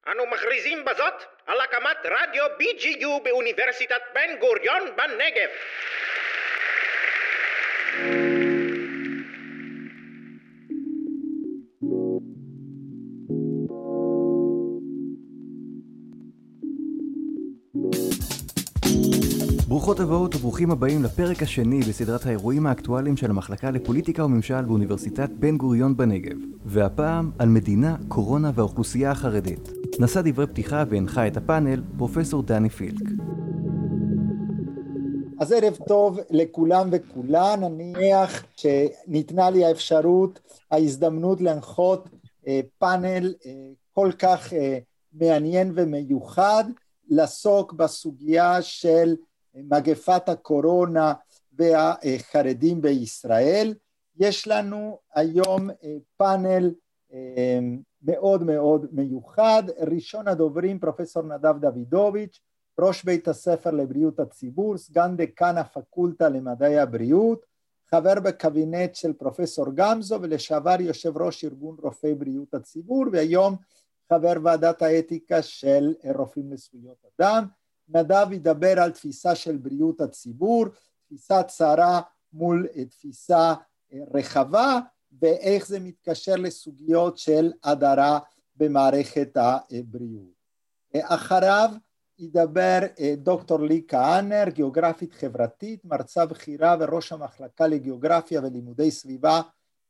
אנו מכריזים בזאת על הקמת רדיו BGU באוניברסיטת בן גוריון בנגב. ברוכות הבאות וברוכים הבאים לפרק השני בסדרת האירועים האקטואליים של המחלקה לפוליטיקה וממשל באוניברסיטת בן גוריון בנגב. והפעם על מדינה, קורונה והאוכלוסייה החרדית. נשא דברי פתיחה והנחה את הפאנל פרופסור דני פילק. אז ערב טוב לכולם וכולן, אני שמח שניתנה לי האפשרות, ההזדמנות להנחות פאנל כל כך מעניין ומיוחד, לעסוק בסוגיה של מגפת הקורונה והחרדים בישראל. יש לנו היום פאנל מאוד מאוד מיוחד. ראשון הדוברים פרופסור נדב דוידוביץ', ראש בית הספר לבריאות הציבור, סגן דקן הפקולטה למדעי הבריאות, חבר בקבינט של פרופסור גמזו ולשעבר יושב ראש ארגון רופאי בריאות הציבור, והיום חבר ועדת האתיקה של רופאים לזכויות אדם. נדב ידבר על תפיסה של בריאות הציבור, תפיסה צרה מול תפיסה רחבה, ואיך זה מתקשר לסוגיות של הדרה במערכת הבריאות. אחריו ידבר דוקטור לי כהנר, גיאוגרפית חברתית, מרצה בכירה וראש המחלקה לגיאוגרפיה ולימודי סביבה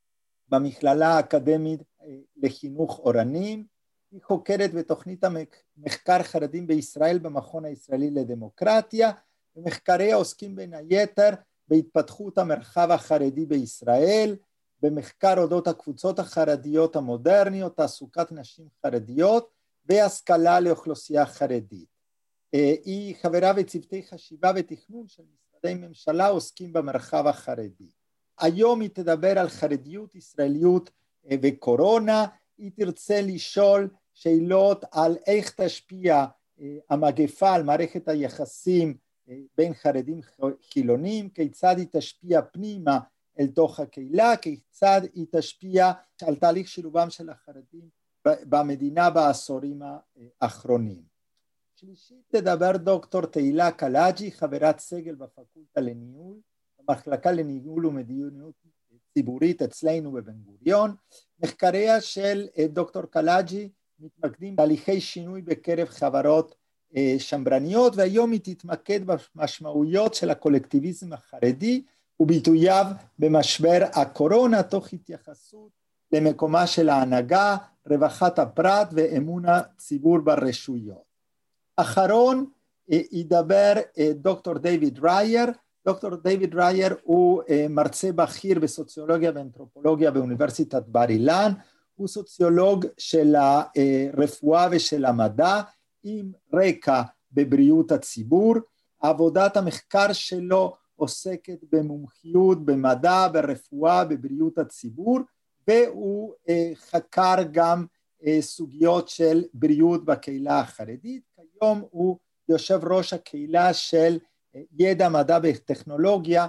במכללה האקדמית לחינוך אורנים. היא חוקרת בתוכנית המחקר חרדים בישראל במכון הישראלי לדמוקרטיה, ומחקריה עוסקים בין היתר בהתפתחות המרחב החרדי בישראל, במחקר אודות הקבוצות החרדיות המודרניות, תעסוקת נשים חרדיות והשכלה לאוכלוסייה חרדית. היא חברה בצוותי חשיבה ותכנון של משרדי ממשלה עוסקים במרחב החרדי. היום היא תדבר על חרדיות, ישראליות וקורונה. היא תרצה לשאול שאלות על איך תשפיע המגפה על מערכת היחסים בין חרדים חילונים, כיצד היא תשפיע פנימה אל תוך הקהילה, כיצד היא תשפיע על תהליך שילובם של החרדים במדינה בעשורים האחרונים. שלישית תדבר דוקטור תהילה קלאג'י, חברת סגל בפקולטה לניהול, במחלקה לניהול ומדיניות ציבורית אצלנו בבן גוריון. מחקריה של דוקטור קלאג'י מתמקדים בתהליכי שינוי בקרב חברות שמרניות, והיום היא תתמקד במשמעויות של הקולקטיביזם החרדי וביטוייו במשבר הקורונה, תוך התייחסות למקומה של ההנהגה, רווחת הפרט ואמון הציבור ברשויות. אחרון ידבר דוקטור דיוויד רייר. דוקטור דיוויד רייר הוא מרצה בכיר בסוציולוגיה ואנתרופולוגיה באוניברסיטת בר אילן, הוא סוציולוג של הרפואה ושל המדע עם רקע בבריאות הציבור. עבודת המחקר שלו עוסקת במומחיות במדע, ברפואה, בבריאות הציבור, והוא חקר גם סוגיות של בריאות בקהילה החרדית. כיום הוא יושב ראש הקהילה של ידע מדע וטכנולוגיה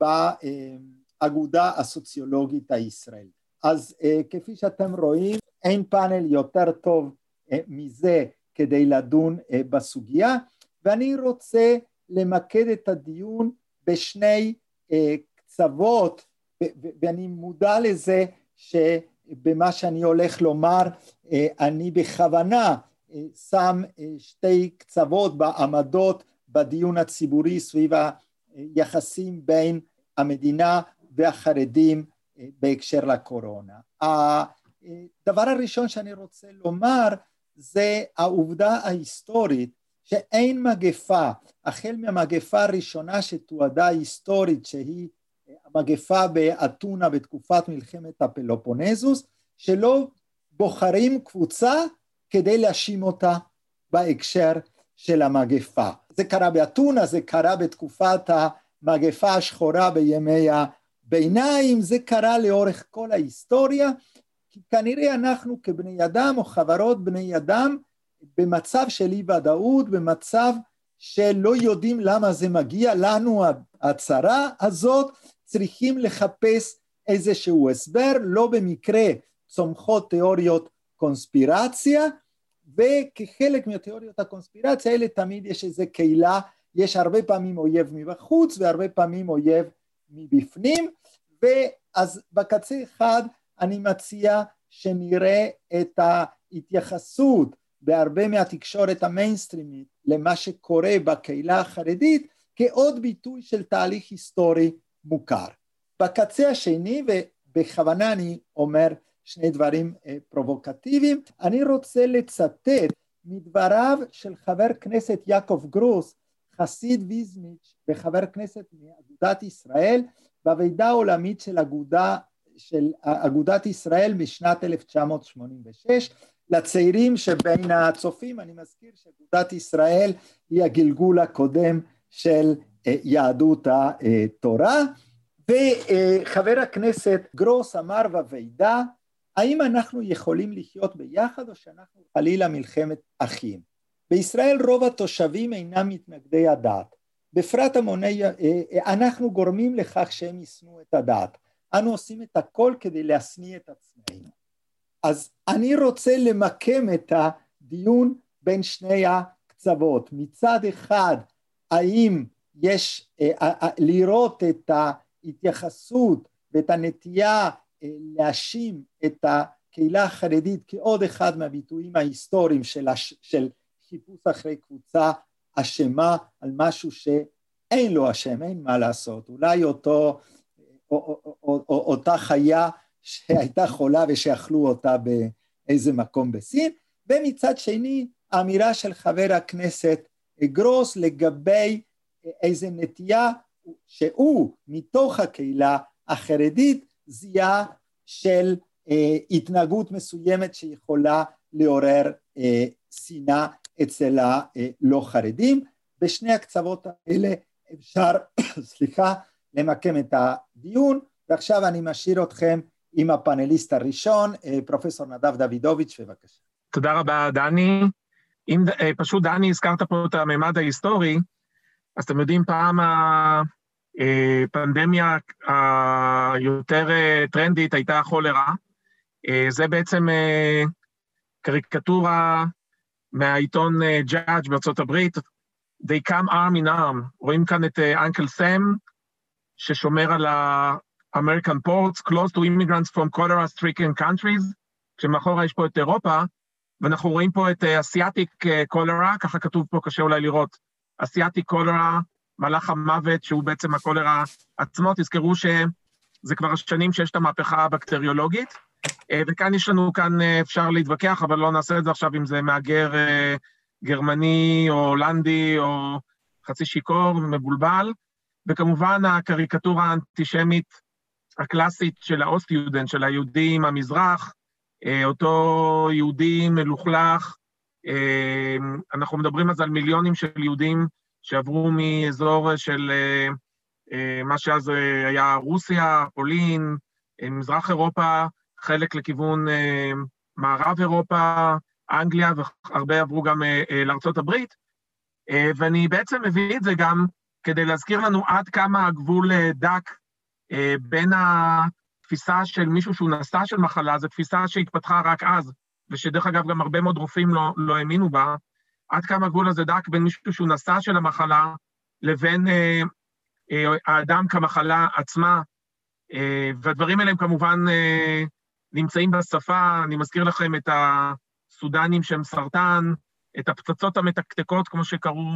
באגודה הסוציולוגית הישראלית. אז כפי שאתם רואים, אין פאנל יותר טוב מזה כדי לדון בסוגיה, ואני רוצה למקד את הדיון בשני קצוות, ואני מודע לזה שבמה שאני הולך לומר, אני בכוונה שם שתי קצוות בעמדות בדיון הציבורי סביב היחסים בין המדינה והחרדים בהקשר לקורונה. הדבר הראשון שאני רוצה לומר זה העובדה ההיסטורית שאין מגפה, החל מהמגפה הראשונה שתועדה היסטורית שהיא המגפה באתונה בתקופת מלחמת הפלופונזוס, שלא בוחרים קבוצה כדי להאשים אותה בהקשר של המגפה. זה קרה באתונה, זה קרה בתקופת המגפה השחורה בימי הביניים, זה קרה לאורך כל ההיסטוריה, כי כנראה אנחנו כבני אדם או חברות בני אדם במצב של אי ודאות, במצב שלא יודעים למה זה מגיע לנו הצרה הזאת, צריכים לחפש איזשהו הסבר. לא במקרה צומחות תיאוריות קונספירציה, וכחלק מתיאוריות הקונספירציה האלה תמיד יש איזו קהילה, יש הרבה פעמים אויב מבחוץ והרבה פעמים אויב מבפנים, ואז בקצה אחד אני מציע שנראה את ההתייחסות בהרבה מהתקשורת המיינסטרימית למה שקורה בקהילה החרדית כעוד ביטוי של תהליך היסטורי מוכר. בקצה השני, ובכוונה אני אומר שני דברים פרובוקטיביים, אני רוצה לצטט מדבריו של חבר כנסת יעקב גרוס, חסיד ויזניץ' וחבר כנסת מאגודת ישראל, בוועידה העולמית של אגודת ישראל משנת 1986, לצעירים שבין הצופים אני מזכיר שאגודת ישראל היא הגלגול הקודם של יהדות התורה, וחבר הכנסת גרוס אמר בוועידה, האם אנחנו יכולים לחיות ביחד או שאנחנו חלילה מלחמת אחים? בישראל רוב התושבים אינם מתנגדי הדת, בפרט המוני, אנחנו גורמים לכך שהם ישנאו את הדת, אנו עושים את הכל כדי להשניא את עצמנו. אז אני רוצה למקם את הדיון בין שני הקצוות, מצד אחד האם יש לראות את ההתייחסות ואת הנטייה להאשים את הקהילה החרדית כעוד אחד מהביטויים ההיסטוריים של חיפוש אחרי קבוצה אשמה על משהו שאין לו אשם, אין מה לעשות, אולי אותה חיה שהייתה חולה ושאכלו אותה באיזה מקום בסין, ומצד שני האמירה של חבר הכנסת גרוס לגבי איזה נטייה שהוא מתוך הקהילה החרדית זיהה של התנהגות מסוימת שיכולה לעורר שנאה אצל הלא חרדים. בשני הקצוות האלה אפשר למקם את הדיון, ועכשיו אני משאיר אתכם עם הפאנליסט הראשון, פרופסור נדב דוידוביץ', בבקשה. תודה רבה דני. אם פשוט דני הזכרת פה את הממד ההיסטורי, אז אתם יודעים פעם הפנדמיה היותר טרנדית הייתה חולרה, זה בעצם קריקטורה מהעיתון Judge בארצות הברית, They come arm in arm, רואים כאן את אנקל סם, ששומר על ה-American ports, close to immigrants from cholera-stricken countries, כשמאחורה יש פה את אירופה, ואנחנו רואים פה את אסיאטיק קולרה, ככה כתוב פה, קשה אולי לראות, אסיאטיק קולרה, מלאך המוות, שהוא בעצם הקולרה עצמו, תזכרו שזה כבר השנים שיש את המהפכה הבקטריולוגית, וכאן יש לנו, כאן אפשר להתווכח, אבל לא נעשה את זה עכשיו אם זה מהגר גרמני או הולנדי או חצי שיקור, מבולבל, וכמובן הקריקטורה האנטישמית הקלאסית של האוסט-יודנט, של היהודים המזרח, אותו יהודי מלוכלך, אנחנו מדברים אז על מיליונים של יהודים שעברו מאזור של מה שאז היה רוסיה, פולין, מזרח אירופה, חלק לכיוון מערב אירופה, אנגליה, והרבה עברו גם לארצות הברית, ואני בעצם מביא את זה גם כדי להזכיר לנו עד כמה הגבול דק בין התפיסה של מישהו שהוא נשא של מחלה, זו תפיסה שהתפתחה רק אז, ושדרך אגב גם הרבה מאוד רופאים לא האמינו בה, עד כמה הגבול הזה דק בין מישהו שהוא נשא של המחלה, לבין האדם כמחלה עצמה, והדברים האלה הם כמובן נמצאים בשפה, אני מזכיר לכם את הסודנים שהם סרטן, את הפצצות המתקתקות כמו שקראו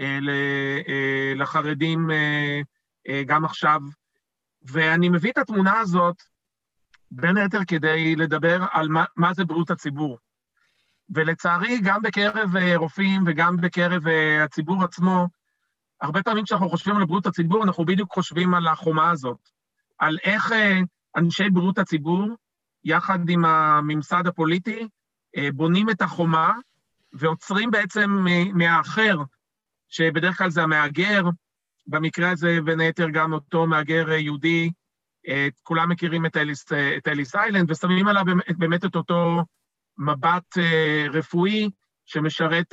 לחרדים גם עכשיו, ואני מביא את התמונה הזאת בין היתר כדי לדבר על מה זה בריאות הציבור. ולצערי גם בקרב רופאים וגם בקרב הציבור עצמו, הרבה פעמים כשאנחנו חושבים על בריאות הציבור, אנחנו בדיוק חושבים על החומה הזאת, על איך אנשי בריאות הציבור, יחד עם הממסד הפוליטי, בונים את החומה, ועוצרים בעצם מהאחר, שבדרך כלל זה המאגר, במקרה הזה בין היתר גם אותו מאגר יהודי, כולם מכירים את אליס איילנד, ושמים עליו באמת את אותו מבט רפואי, שמשרת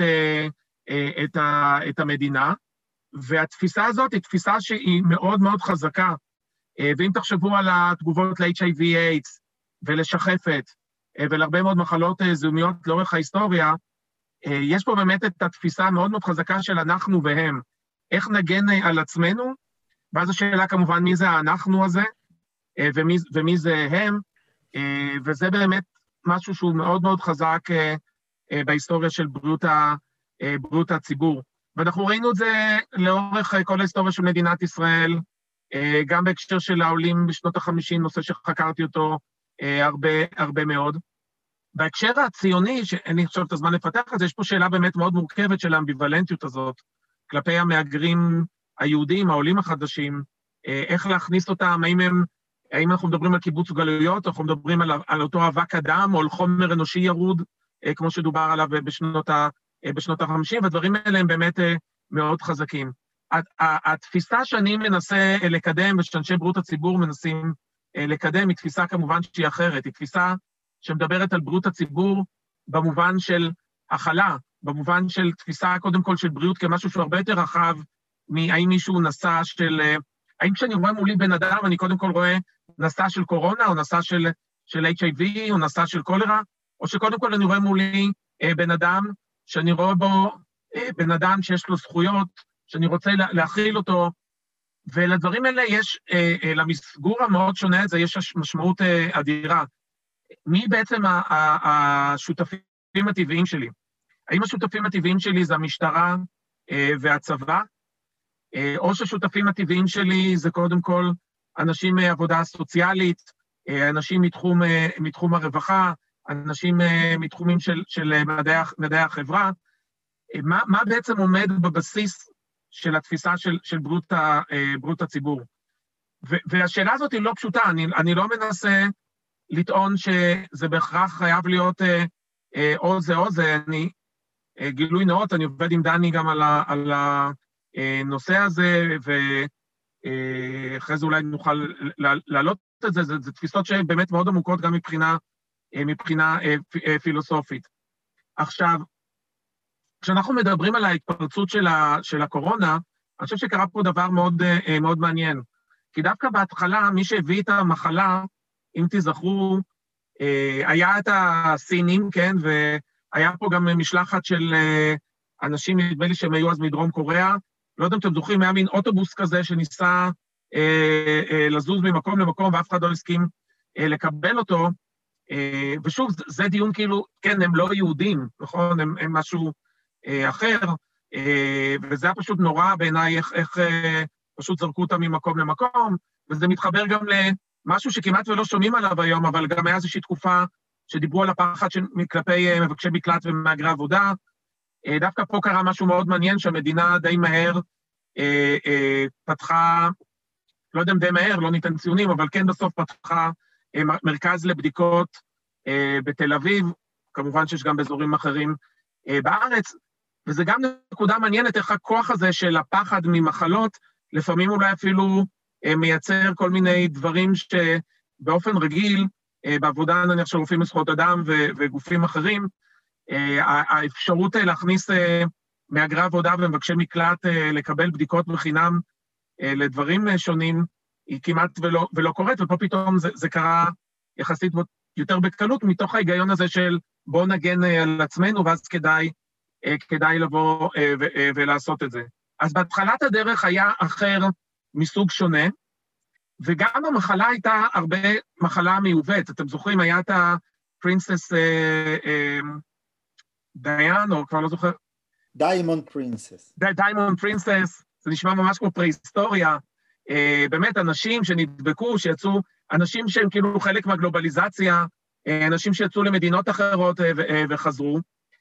את המדינה, והתפיסה הזאת היא תפיסה שהיא מאוד מאוד חזקה, ואם תחשבו על התגובות ל-HIV/AIDS ולשחפת, ולהרבה מאוד מחלות זיהומיות לאורך ההיסטוריה, יש פה באמת את התפיסה מאוד מאוד חזקה של אנחנו והם. איך נגן על עצמנו, ואז השאלה כמובן מי זה האנחנו הזה, ומי זה הם, וזה באמת משהו שהוא מאוד מאוד חזק בהיסטוריה של בריאות הציבור. ואנחנו ראינו את זה לאורך כל ההיסטוריה של מדינת ישראל, גם בהקשר של העולים בשנות ה-50, נושא שחקרתי אותו הרבה מאוד. בהקשר הציוני, שאין לי עכשיו את הזמן לפתח את זה, יש פה שאלה באמת מאוד מורכבת של האמביוולנטיות הזאת, כלפי המהגרים היהודים, העולים החדשים, איך להכניס אותם, האם אנחנו מדברים על קיבוץ גלויות, או אנחנו מדברים על אותו אבק אדם, או על חומר אנושי ירוד, כמו שדובר עליו בשנות ה-50, והדברים האלה הם באמת מאוד חזקים. התפיסה שאני מנסה לקדם, ושאנשי בריאות הציבור מנסים לקדם, היא תפיסה כמובן שהיא אחרת, היא תפיסה שמדברת על בריאות הציבור במובן של הכלה, במובן של תפיסה קודם כל של בריאות כמשהו שהוא הרבה יותר רחב, האם מישהו נשא האם כשאני רואה מולי בן אדם, אני קודם כל רואה נשא של קורונה, או נשא של HIV, או נשא של קולרה, או שקודם כל אני רואה מולי בן אדם, שאני רואה בו בן אדם שיש לו זכויות, שאני רוצה להכיל אותו, ולדברים האלה יש, למסגור המאוד שונה הזה, יש משמעות אדירה. מי בעצם השותפים הטבעיים שלי? האם השותפים הטבעיים שלי זה המשטרה והצבא, או ששותפים הטבעיים שלי זה קודם כל אנשים מעבודה סוציאלית, אנשים מתחום הרווחה, אנשים מתחומים של מדעי החברה, מה בעצם עומד בבסיס של התפיסה של בריאות הציבור? והשאלה הזאת היא לא פשוטה, אני לא מנסה לטעון שזה בהכרח חייב להיות או זה, אני גילוי נאות, אני עובד עם דני גם על הנושא הזה, ואחרי זה אולי נוכל להעלות את זה, זה תפיסות שבאמת מאוד עמוקות גם מבחינה פילוסופית. עכשיו, כשאנחנו מדברים על ההתפרצות של הקורונה, אני חושב שקרה פה דבר מאוד מעניין, כי דווקא בהתחלה, מי שהביא את המחלה, אם תזכרו, היה את הסינים, כן, והיה פה גם משלחת של אנשים, נדמה לי שהם היו אז מדרום קוריאה, לא יודע אם אתם זוכרים, היה מין אוטובוס כזה שניסה לזוז ממקום למקום, ואף אחד לא הסכים לקבל אותו, ושוב, זה דיון כאילו, כן, הם לא יהודים, נכון? הם משהו אחר, וזה היה פשוט נורא בעיניי, איך פשוט זרקו אותם ממקום למקום, וזה מתחבר גם למשהו שכמעט ולא שומעים עליו היום, אבל גם היה איזושהי תקופה שדיברו על הפחד כלפי מבקשי מקלט ומהגרי עבודה. דווקא פה קרה משהו מאוד מעניין, שהמדינה די מהר פתחה, לא יודע אם די מהר, לא ניתן ציונים, אבל כן בסוף פתחה מרכז לבדיקות בתל אביב, כמובן שיש גם באזורים אחרים בארץ, וזה גם נקודה מעניינת איך הכוח הזה של הפחד ממחלות, לפעמים אולי אפילו מייצר כל מיני דברים שבאופן רגיל, בעבודה נניח של רופאים לזכויות אדם וגופים אחרים, האפשרות להכניס מהגרי עבודה ומבקשי מקלט לקבל בדיקות בחינם לדברים שונים, היא כמעט ולא קורית, ופה פתאום זה קרה יחסית יותר בקלות, מתוך ההיגיון הזה של בוא נגן על עצמנו, ואז כדאי לבוא ולעשות את זה. אז בהתחלת הדרך היה אחר מסוג שונה, וגם המחלה הייתה הרבה מחלה מיובאת. אתם זוכרים, היה את הפרינסס דיין, או כבר לא זוכר? דיימונד פרינסס. דיימונד פרינסס, זה נשמע ממש כמו פרה-היסטוריה. באמת, אנשים שנדבקו, שיצאו, אנשים שהם כאילו חלק מהגלובליזציה, אנשים שיצאו למדינות אחרות וחזרו,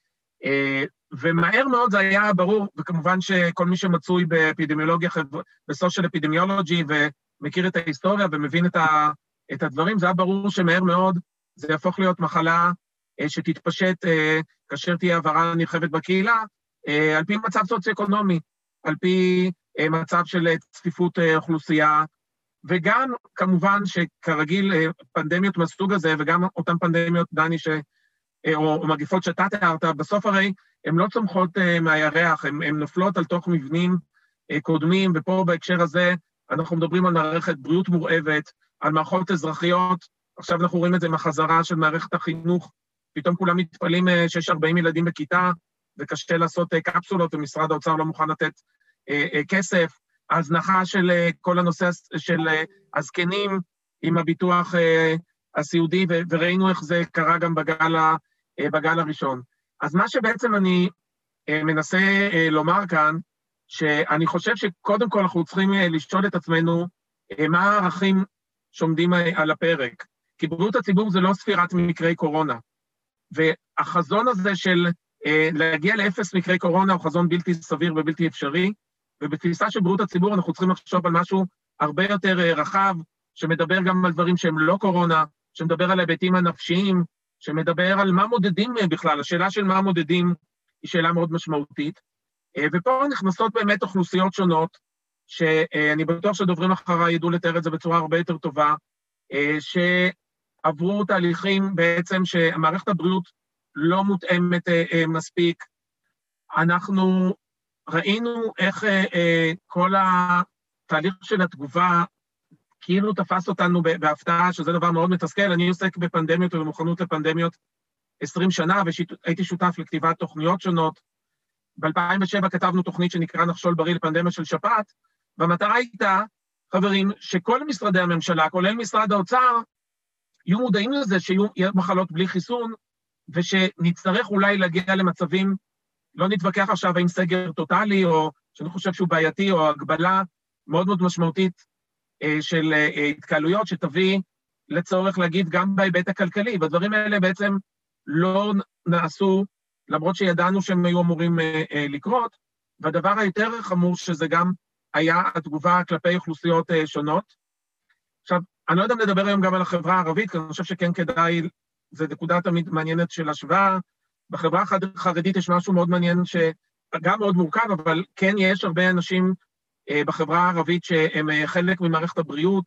ומהר מאוד זה היה ברור, וכמובן שכל מי שמצוי באפידמיולוגיה, בסושיאל אפידמיולוגי, ומכיר את ההיסטוריה ומבין את הדברים, זה היה ברור שמהר מאוד זה יהפוך להיות מחלה שתתפשט כאשר תהיה העברה נרחבת בקהילה, על פי מצב סוציו-אקונומי, על פי מצב של צפיפות אוכלוסייה, וגם כמובן שכרגיל פנדמיות מהסוג הזה, וגם אותן פנדמיות, דני, או מגיפות שאתה תיארת, בסוף הרי הן לא צומחות מהירח, הן נופלות על תוך מבנים קודמים, ופה בהקשר הזה אנחנו מדברים על מערכת בריאות מורעבת, על מערכות אזרחיות, עכשיו אנחנו רואים את זה מהחזרה של מערכת החינוך, פתאום כולם מתפעלים שיש 40 ילדים בכיתה, וקשה לעשות קפסולות, ומשרד האוצר לא מוכן לתת כסף, ההזנחה של כל הנושא של הזקנים עם הביטוח הסיעודי, וראינו איך זה קרה גם בגל הראשון. אז מה שבעצם אני מנסה לומר כאן, שאני חושב שקודם כל אנחנו צריכים לשאול את עצמנו מה הערכים שעומדים על הפרק. כי בריאות הציבור זה לא ספירת מקרי קורונה. והחזון הזה של להגיע לאפס מקרי קורונה הוא חזון בלתי סביר ובלתי אפשרי, ובתפיסה של בריאות הציבור אנחנו צריכים לחשוב על משהו הרבה יותר רחב, שמדבר גם על דברים שהם לא קורונה, שמדבר על ההיבטים הנפשיים, שמדבר על מה מודדים בכלל. השאלה של מה מודדים היא שאלה מאוד משמעותית. ופה נכנסות באמת אוכלוסיות שונות, שאני בטוח שדוברים אחריי ידעו לתאר את זה בצורה הרבה יותר טובה, שעברו תהליכים בעצם שהמערכת הבריאות לא מותאמת מספיק. אנחנו ראינו איך כל התהליך של התגובה כאילו תפס אותנו בהפתעה, שזה דבר מאוד מתסכל. אני עוסק בפנדמיות ובמוכנות לפנדמיות 20 שנה, והייתי שותף לכתיבת תוכניות שונות. ב-2007 כתבנו תוכנית שנקרא נחשול בריא לפנדמיה של שפעת, והמטרה הייתה, חברים, שכל משרדי הממשלה, כולל משרד האוצר, יהיו מודעים לזה שיהיו מחלות בלי חיסון, ושנצטרך אולי להגיע למצבים, לא נתווכח עכשיו עם סגר טוטלי, או שאני חושב שהוא בעייתי, או הגבלה מאוד מאוד משמעותית של התקהלויות, שתביא לצורך להגיד גם בהיבט הכלכלי, והדברים האלה בעצם לא נעשו, למרות שידענו שהם היו אמורים לקרות, והדבר היותר חמור שזה גם היה התגובה כלפי אוכלוסיות שונות. עכשיו, אני לא יודע אם לדבר היום גם על החברה הערבית, כי אני חושב שכן כדאי, זו נקודה תמיד מעניינת של השוואה. בחברה החרדית יש משהו מאוד מעניין, שגם מאוד מורכב, אבל כן יש הרבה אנשים בחברה הערבית שהם חלק ממערכת הבריאות,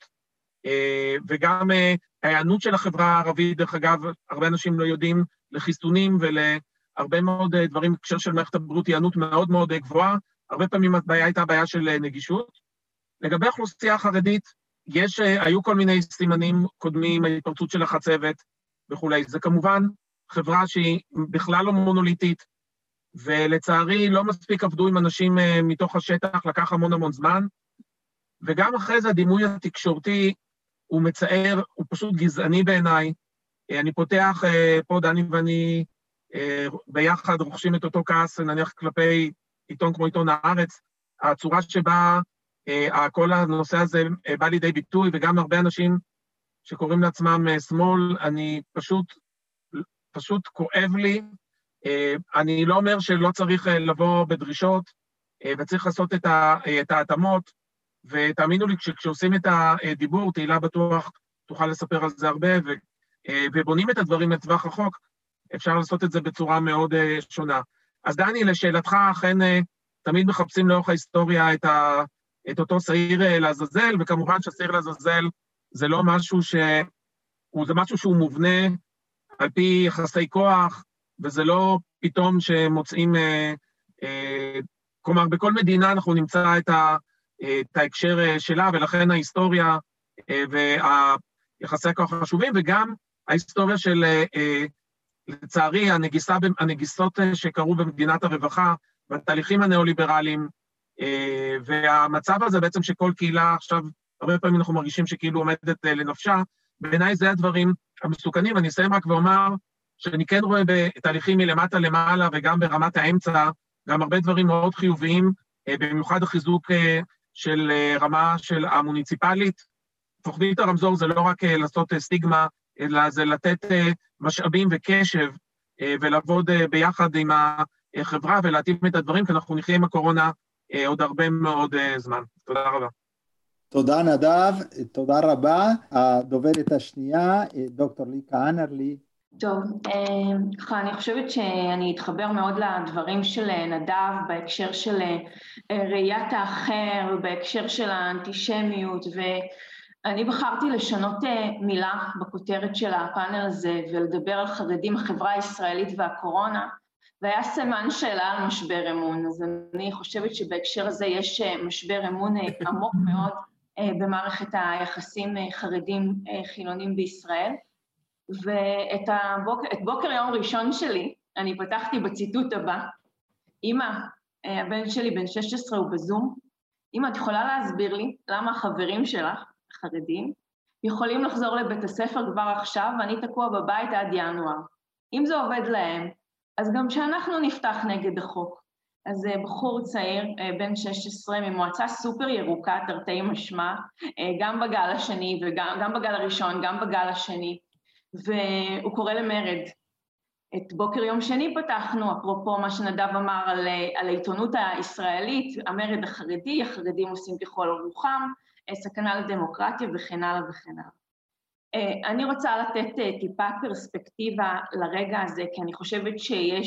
וגם ההיענות של החברה הערבית, דרך אגב, הרבה אנשים לא יודעים לחיסונים ולהרבה מאוד דברים בהקשר של מערכת הבריאות, היענות מאוד מאוד גבוהה, הרבה פעמים הבעיה הייתה בעיה של נגישות. לגבי האוכלוסייה החרדית, היו כל מיני סימנים קודמים, ההתפרצות של החצבת וכולי. זה כמובן חברה שהיא בכלל לא מונוליטית, ולצערי לא מספיק עבדו עם אנשים מתוך השטח, לקח המון זמן, וגם אחרי זה הדימוי התקשורתי הוא מצער, הוא פשוט גזעני בעיניי. אני פותח, פה דני ואני ביחד רוכשים את אותו כעס, נניח כלפי עיתון כמו עיתון הארץ, הצורה שבה כל הנושא הזה בא לידי ביטוי, וגם הרבה אנשים שקוראים לעצמם שמאל, אני פשוט כואב לי. אני לא אומר שלא צריך לבוא בדרישות, וצריך לעשות את ההתאמות, ותאמינו לי, כשעושים את הדיבור, תהילה בטוח תוכל לספר על זה הרבה, ובונים את הדברים לטווח רחוק, אפשר לעשות את זה בצורה מאוד שונה. אז דני, לשאלתך, אכן תמיד מחפשים לאורך ההיסטוריה את אותו שעיר לעזאזל, וכמובן שהשעיר לעזאזל זה לא משהו זה משהו שהוא מובנה על פי יחסי כוח, וזה לא פתאום שמוצאים, כלומר, בכל מדינה אנחנו נמצא את ההקשר שלה, ולכן ההיסטוריה והיחסי הכוח החשובים, וגם ההיסטוריה של, לצערי, הנגיסות שקרו במדינת הרווחה, והתהליכים הנאו-ליברליים, והמצב הזה בעצם שכל קהילה עכשיו, הרבה פעמים אנחנו מרגישים שכאילו עומדת לנפשה, בעיניי זה הדברים המסוכנים. אני אסיים רק ואומר, שאני כן רואה בתהליכים מלמטה למעלה, וגם ברמת האמצע, גם הרבה דברים מאוד חיוביים, במיוחד החיזוק של רמה של המוניציפלית. תוכנית הרמזור זה לא רק לעשות סטיגמה, אלא זה לתת משאבים וקשב, ולעבוד ביחד עם החברה, ולהתאים את הדברים, כי אנחנו נחיה עם הקורונה עוד הרבה מאוד זמן. תודה רבה. תודה נדב, תודה רבה. הדוברת השנייה, דוקטור ליקה אנרלי. טוב, ככה אני חושבת שאני אתחבר מאוד לדברים של נדב בהקשר של ראיית האחר, בהקשר של האנטישמיות, ואני בחרתי לשנות מילה בכותרת של הפאנל הזה ולדבר על חרדים, החברה הישראלית והקורונה, והיה סימן שאלה על משבר אמון. אז אני חושבת שבהקשר הזה יש משבר אמון עמוק מאוד במערכת היחסים חרדים חילונים בישראל. ואת בוקר יום ראשון שלי, אני פתחתי בציטוט הבא, אמא, הבן שלי בן 16 הוא בזום, אמא, את יכולה להסביר לי למה החברים שלך, החרדים, יכולים לחזור לבית הספר כבר עכשיו, ואני תקוע בבית עד ינואר. אם זה עובד להם, אז גם שאנחנו נפתח נגד החוק. אז בחור צעיר, בן 16, ממועצה סופר ירוקה, תרתי משמע, גם בגל השני, וגם בגל הראשון, גם בגל השני, והוא קורא למרד. את בוקר יום שני פתחנו, אפרופו מה שנדב אמר על העיתונות הישראלית, המרד החרדי, החרדים עושים ככל רוחם, סכנה לדמוקרטיה וכן הלאה וכן הלאה. אני רוצה לתת טיפה פרספקטיבה לרגע הזה, כי אני חושבת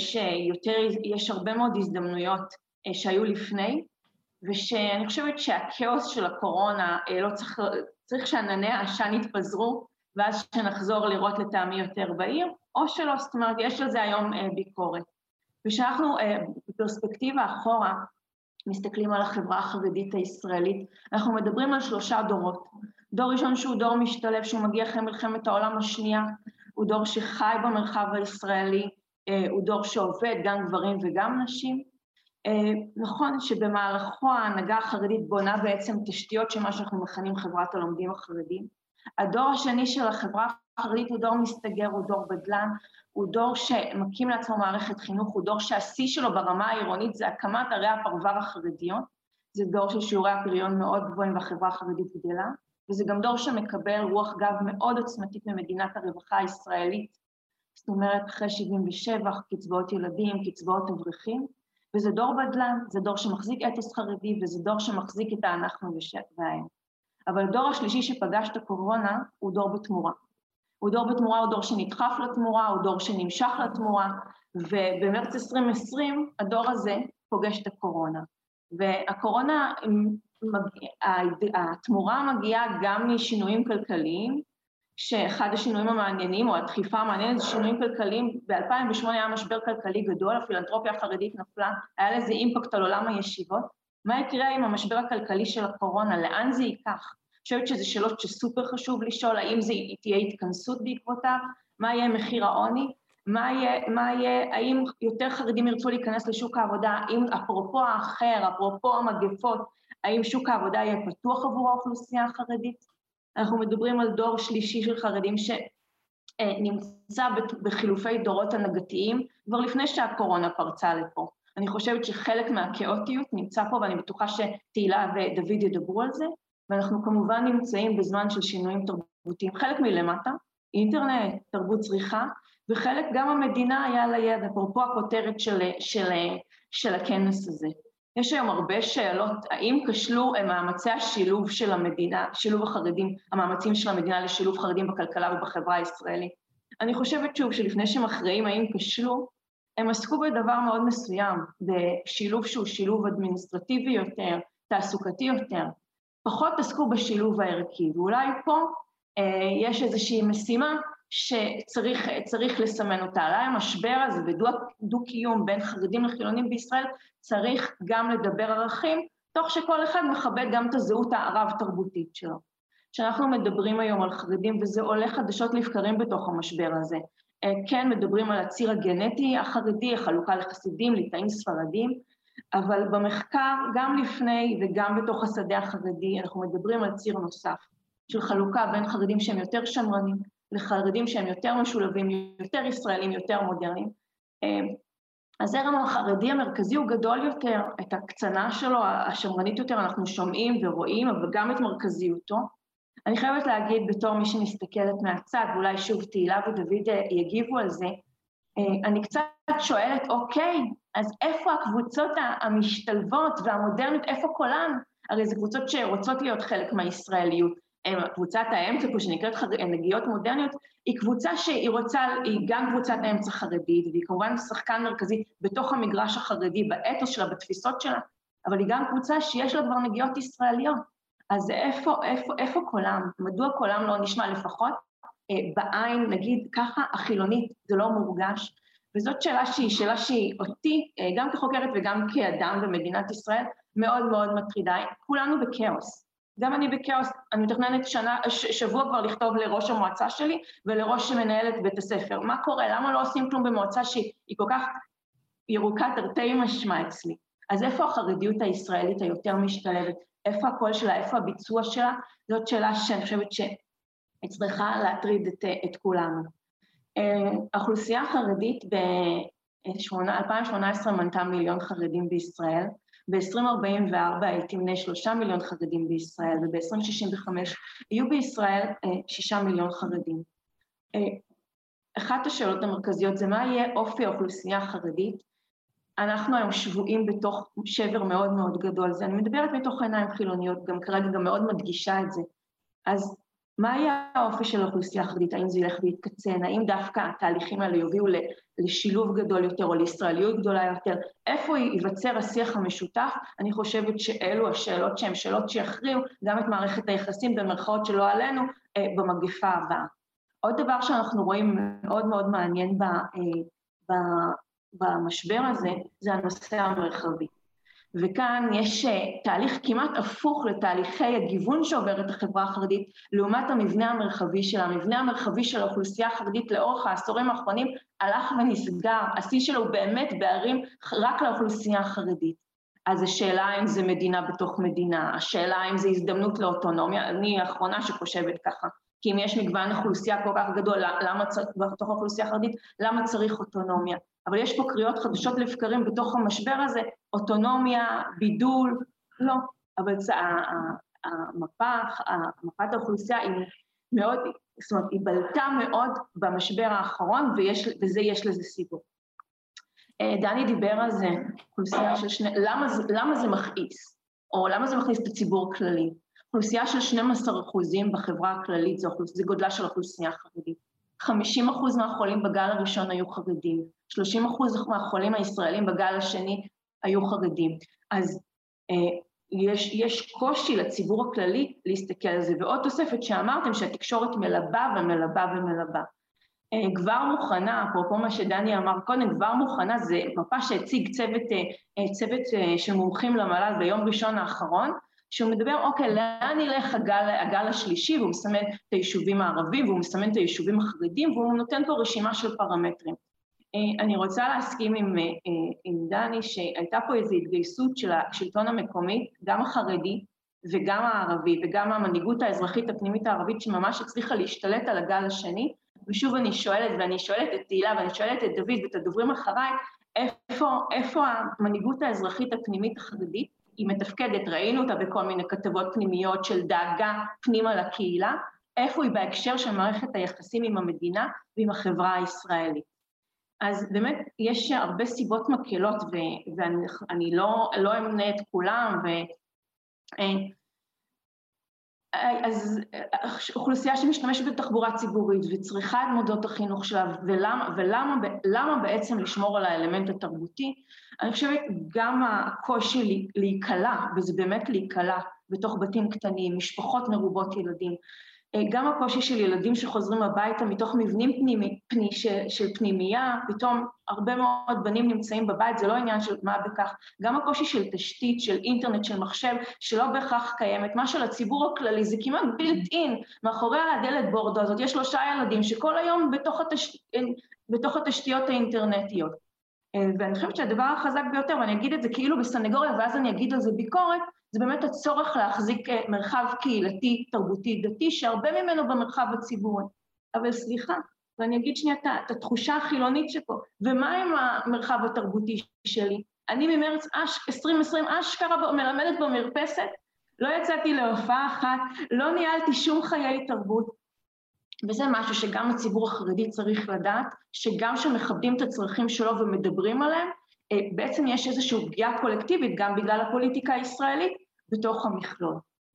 יש הרבה מאוד הזדמנויות שהיו לפני, ושאני חושבת שהכאוס של הקורונה לא צריך שענני העשן יתפזרו, ואז שנחזור לראות לטעמי יותר בעיר, או שלא, זאת אומרת, יש לזה היום ביקורת. ושאנחנו בפרספקטיבה אחורה, מסתכלים על החברה החרדית הישראלית, אנחנו מדברים על 3 דורות. דור ראשון שהוא דור משתלב, שהוא מגיע אחרי מלחמת העולם השנייה, הוא דור שחי במרחב הישראלי, הוא דור שעובד גם גברים וגם נשים. נכון שבמהלכו ההנהגה החרדית בונה בעצם תשתיות של מה שאנחנו מכנים חברת הלומדים החרדים. הדור השני של החברה החרדית הוא דור מסתגר, הוא דור בדלן, הוא דור שמקים לעצמו מערכת חינוך, הוא דור שהשיא שלו ברמה העירונית זה הקמת ערי הפרבר החרדיות, זה דור של שיעורי הפריון מאוד גבוהים והחברה החרדית גדלה, וזה גם דור שמקבל רוח גב מאוד עוצמתית ממדינת הרווחה הישראלית, זאת אומרת אחרי 77, קצבאות ילדים, קצבאות אברכים, וזה דור בדלן, זה דור שמחזיק אתוס חרדי, וזה דור שמחזיק את האנחנו וההם. אבל הדור השלישי שפגש את הקורונה הוא דור בתמורה. הוא דור בתמורה, הוא דור שנדחף לתמורה, הוא דור שנמשך לתמורה, ובמרץ 2020 הדור הזה פוגש את הקורונה. והקורונה, התמורה מגיעה גם משינויים כלכליים, שאחד השינויים המעניינים, או הדחיפה המעניינת, זה שינויים כלכליים, ב-2008 היה משבר כלכלי גדול, הפילנתרופיה החרדית נפלה, היה לזה אימפקט על עולם הישיבות, מה יקרה עם המשבר הכלכלי של הקורונה, לאן זה ייקח? אני חושבת שזה שאלות שסופר חשוב לשאול, האם זה תהיה התכנסות בעקבותיו, מה יהיה מחיר העוני, האם יותר חרדים ירצו להיכנס לשוק העבודה, האם אפרופו האחר, אפרופו המגפות, האם שוק העבודה יהיה פתוח עבור האוכלוסייה החרדית? אנחנו מדברים על דור שלישי של חרדים שנמצא בחילופי דורות הנהגתיים, כבר לפני שהקורונה פרצה לפה. אני חושבת שחלק מהכאוטיות נמצא פה, ואני בטוחה שתהילה ודוד ידברו על זה, ואנחנו כמובן נמצאים בזמן של שינויים תרבותיים, חלק מלמטה, אינטרנט, תרבות צריכה, וחלק גם המדינה היה ליד, אפרופו הכותרת של הכנס הזה. יש היום הרבה שאלות, האם כשלו מאמצי השילוב של המדינה, שילוב החרדים, המאמצים של המדינה לשילוב חרדים בכלכלה ובחברה הישראלית? אני חושבת שוב שלפני שמכריעים האם כשלו, הם עסקו בדבר מאוד מסוים, בשילוב שהוא שילוב אדמיניסטרטיבי יותר, תעסוקתי יותר, פחות עסקו בשילוב הערכי, ואולי פה יש איזושהי משימה שצריך לסמן אותה. עליי המשבר הזה ודו-קיום בין חרדים לחילונים בישראל, צריך גם לדבר ערכים, תוך שכל אחד מכבד גם את הזהות הרב-תרבותית שלו. כשאנחנו מדברים היום על חרדים, וזה עולה חדשות לבקרים בתוך המשבר הזה, כן מדברים על הציר הגנטי החרדי, החלוקה לחסידים, ליטאים ספרדים, אבל במחקר, גם לפני וגם בתוך השדה החרדי, אנחנו מדברים על ציר נוסף, של חלוקה בין חרדים שהם יותר שמרנים, לחרדים שהם יותר משולבים, יותר ישראלים, יותר מודרניים. הזרם החרדי המרכזי הוא גדול יותר, את הקצנה שלו, השמרנית יותר, אנחנו שומעים ורואים, אבל גם את מרכזיותו. אני חייבת להגיד בתור מי שמסתכלת מהצד, ואולי שוב תהילה ודוד יגיבו על זה, אני קצת שואלת, אוקיי, אז איפה הקבוצות המשתלבות והמודרניות, איפה קולן? הרי זה קבוצות שרוצות להיות חלק מהישראליות. קבוצת האמצע, שנקראת נגיעות מודרניות, היא קבוצה שהיא רוצה, היא גם קבוצת האמצע חרדית, והיא כמובן שחקן מרכזי בתוך המגרש החרדי, באתוס שלה, בתפיסות שלה, אבל היא גם קבוצה שיש לה כבר נגיעות ישראליות. אז איפה קולם? מדוע קולם לא נשמע לפחות? בעין, נגיד ככה, החילונית, זה לא מורגש, וזאת שאלה שהיא אותי, גם כחוקרת וגם כאדם במדינת ישראל, מאוד מאוד מטרידה. כולנו בכאוס. גם אני בכאוס, אני מתכננת שבוע כבר לכתוב לראש המועצה שלי, ולראש שמנהלת בית הספר. מה קורה? למה לא עושים כלום במועצה שהיא כל כך, ירוקה תרתי משמע אצלי. אז איפה החרדיות הישראלית היותר משתלבת? איפה הקול שלה, איפה הביצוע שלה? זאת שאלה שאני חושבת שצריכה להטריד את כולנו. האוכלוסייה החרדית ב-2018 מנתה 1 מיליון חרדים בישראל, ב-2044 הייתי מנה 3 מיליון חרדים בישראל, וב-2065 יהיו בישראל 6 מיליון חרדים. אחת השאלות המרכזיות זה מה יהיה אופי האוכלוסייה החרדית. אנחנו היום שבועים בתוך שבר מאוד מאוד גדול, אני מדברת מתוך עיניים חילוניות, גם כרגע גם מאוד מדגישה את זה. אז מה יהיה האופי של האוכלוסייה החרדית? האם זה ילך ויתקצן? האם דווקא התהליכים האלה יובילו לשילוב גדול יותר או לישראליות גדולה יותר? איפה ייווצר השיח המשותף? אני חושבת שאלו השאלות שהן שאלות שיכריעו גם את מערכת היחסים במרכאות שלא עלינו במגפה הבאה. עוד דבר שאנחנו רואים מאוד מאוד מעניין במשבר הזה, זה הנושא המרחבי. וכאן יש תהליך כמעט הפוך לתהליכי הגיוון שעוברת החברה החרדית, לעומת המבנה המרחבי שלה. המבנה המרחבי של האוכלוסייה החרדית לאורך העשורים האחרונים הלך ונסגר, השיא שלו הוא באמת בערים רק לאוכלוסייה החרדית. אז השאלה אם זה מדינה בתוך מדינה, השאלה אם זה הזדמנות לאוטונומיה, אני האחרונה שחושבת ככה, כי אם יש מגוון אוכלוסייה כל כך גדול, בתוך האוכלוסייה החרדית, למה צריך אוטונומיה? אבל יש פה קריאות חדשות לבקרים בתוך המשבר הזה, אוטונומיה, בידול, לא. אבל מפת האוכלוסייה היא מאוד, זאת אומרת, היא בלטה מאוד במשבר האחרון, וזה יש לזה סיבות. דני דיבר על זה, אוכלוסייה של למה זה מכעיס? או למה זה מכניס את הציבור כללי? אוכלוסייה של 12% בחברה הכללית, זה גודלה של אוכלוסייה חרדית. 50% מהחולים בגל הראשון היו חרדים, 30% מהחולים הישראלים בגל השני היו חרדים. אז יש קושי לציבור הכללי להסתכל על זה. ועוד תוספת שאמרתם שהתקשורת מלבה ומלבה ומלבה. כבר מוכנה, אפרופו מה שדני אמר קודם, כבר מוכנה, זה מפה שהציג צוות של מומחים למל"ל ביום ראשון האחרון, שהוא מדבר, אוקיי, לאן ילך הגל השלישי, והוא מסמן את היישובים הערבים, והוא מסמן את היישובים החרדים, והוא נותן פה רשימה של פרמטרים. אני רוצה להסכים עם דני, שהייתה פה איזו התגייסות של השלטון המקומי, גם החרדי וגם הערבי, וגם המנהיגות האזרחית הפנימית הערבית, שממש הצליחה להשתלט על הגל השני, ושוב אני שואלת, ואני שואלת את תהילה, ואני שואלת את דוד ואת הדוברים אחריי, איפה המנהיגות האזרחית הפנימית החרדית, היא מתפקדת, ראינו אותה בכל מיני כתבות פנימיות של דאגה פנימה לקהילה, איפה היא בהקשר של מערכת היחסים עם המדינה ועם החברה הישראלית. אז באמת יש הרבה סיבות מקלות, ואני לא אמנה את כולם, אז אוכלוסייה שמשתמשת בתחבורה ציבורית וצריכה את מוסדות החינוך שלה, ולמה בעצם לשמור על האלמנט התרבותי? אני חושבת גם הקושי להיקלע, וזה באמת להיקלע בתוך בתים קטנים, משפחות מרובות ילדים, גם הקושי של ילדים שחוזרים הביתה מתוך מבנים של פנימייה, פתאום הרבה מאוד בנים נמצאים בבית, זה לא עניין של מה בכך, גם הקושי של תשתית, של אינטרנט, של מחשב, שלא בהכרח קיימת, מה של הציבור הכללי, זה כמעט בילט אין, מאחורי הדלת בורדו הזאת, יש 3 ילדים שכל היום בתוך התשתיות האינטרנטיות. ואני חושבת שהדבר החזק ביותר, ואני אגיד את זה כאילו בסנגוריה, ואז אני אגיד על זה ביקורת, זה באמת הצורך להחזיק מרחב קהילתי, תרבותי, דתי, שהרבה ממנו במרחב הציבורי. אבל סליחה, ואני אגיד שנייה את התחושה החילונית שפה, ומה עם המרחב התרבותי שלי? אני ממרץ 2020 אשכרה מלמדת במרפסת, לא יצאתי להופעה אחת, לא ניהלתי שום חיי תרבות, וזה משהו שגם הציבור החרדי צריך לדעת, שגם שמכבדים את הצרכים שלו ומדברים עליהם, בעצם יש איזושהי פגיעה קולקטיבית, גם בגלל הפוליטיקה הישראלית, בתוך המכלול.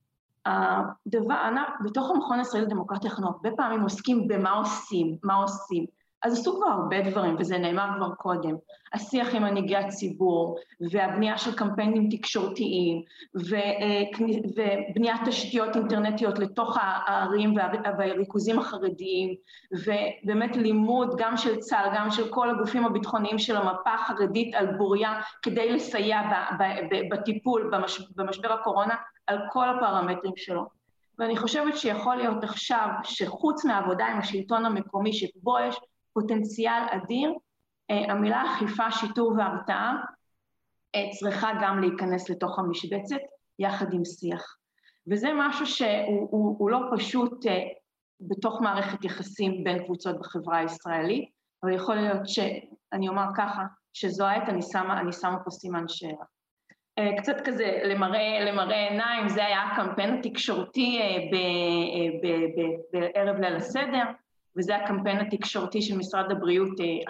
בתוך המכון הישראלי לדמוקרטיה, אנחנו הרבה פעמים עוסקים במה עושים. אז עשו כבר הרבה דברים, וזה נאמר כבר קודם. השיח עם מנהיגי הציבור, והבנייה של קמפיינים תקשורתיים, ובניית תשתיות אינטרנטיות לתוך הערים והריכוזים החרדיים, ובאמת לימוד גם של צה"ל, גם של כל הגופים הביטחוניים של המפה החרדית על בוריה, כדי לסייע בטיפול במשבר הקורונה על כל הפרמטרים שלו. ואני חושבת שיכול להיות עכשיו, שחוץ מהעבודה עם השלטון המקומי, שבו יש פוטנציאל אדיר, המילה אכיפה, שיטור והרתעה צריכה גם להיכנס לתוך המשבצת, יחד עם שיח. וזה משהו שהוא לא פשוט בתוך מערכת יחסים בין קבוצות בחברה הישראלית, אבל יכול להיות שאני אומר ככה, שזו העת אני שמה פה סימן שאלה. קצת כזה למראה עיניים, זה היה הקמפיין התקשורתי בערב ליל הסדר, וזה הקמפיין התקשורתי של משרד הבריאות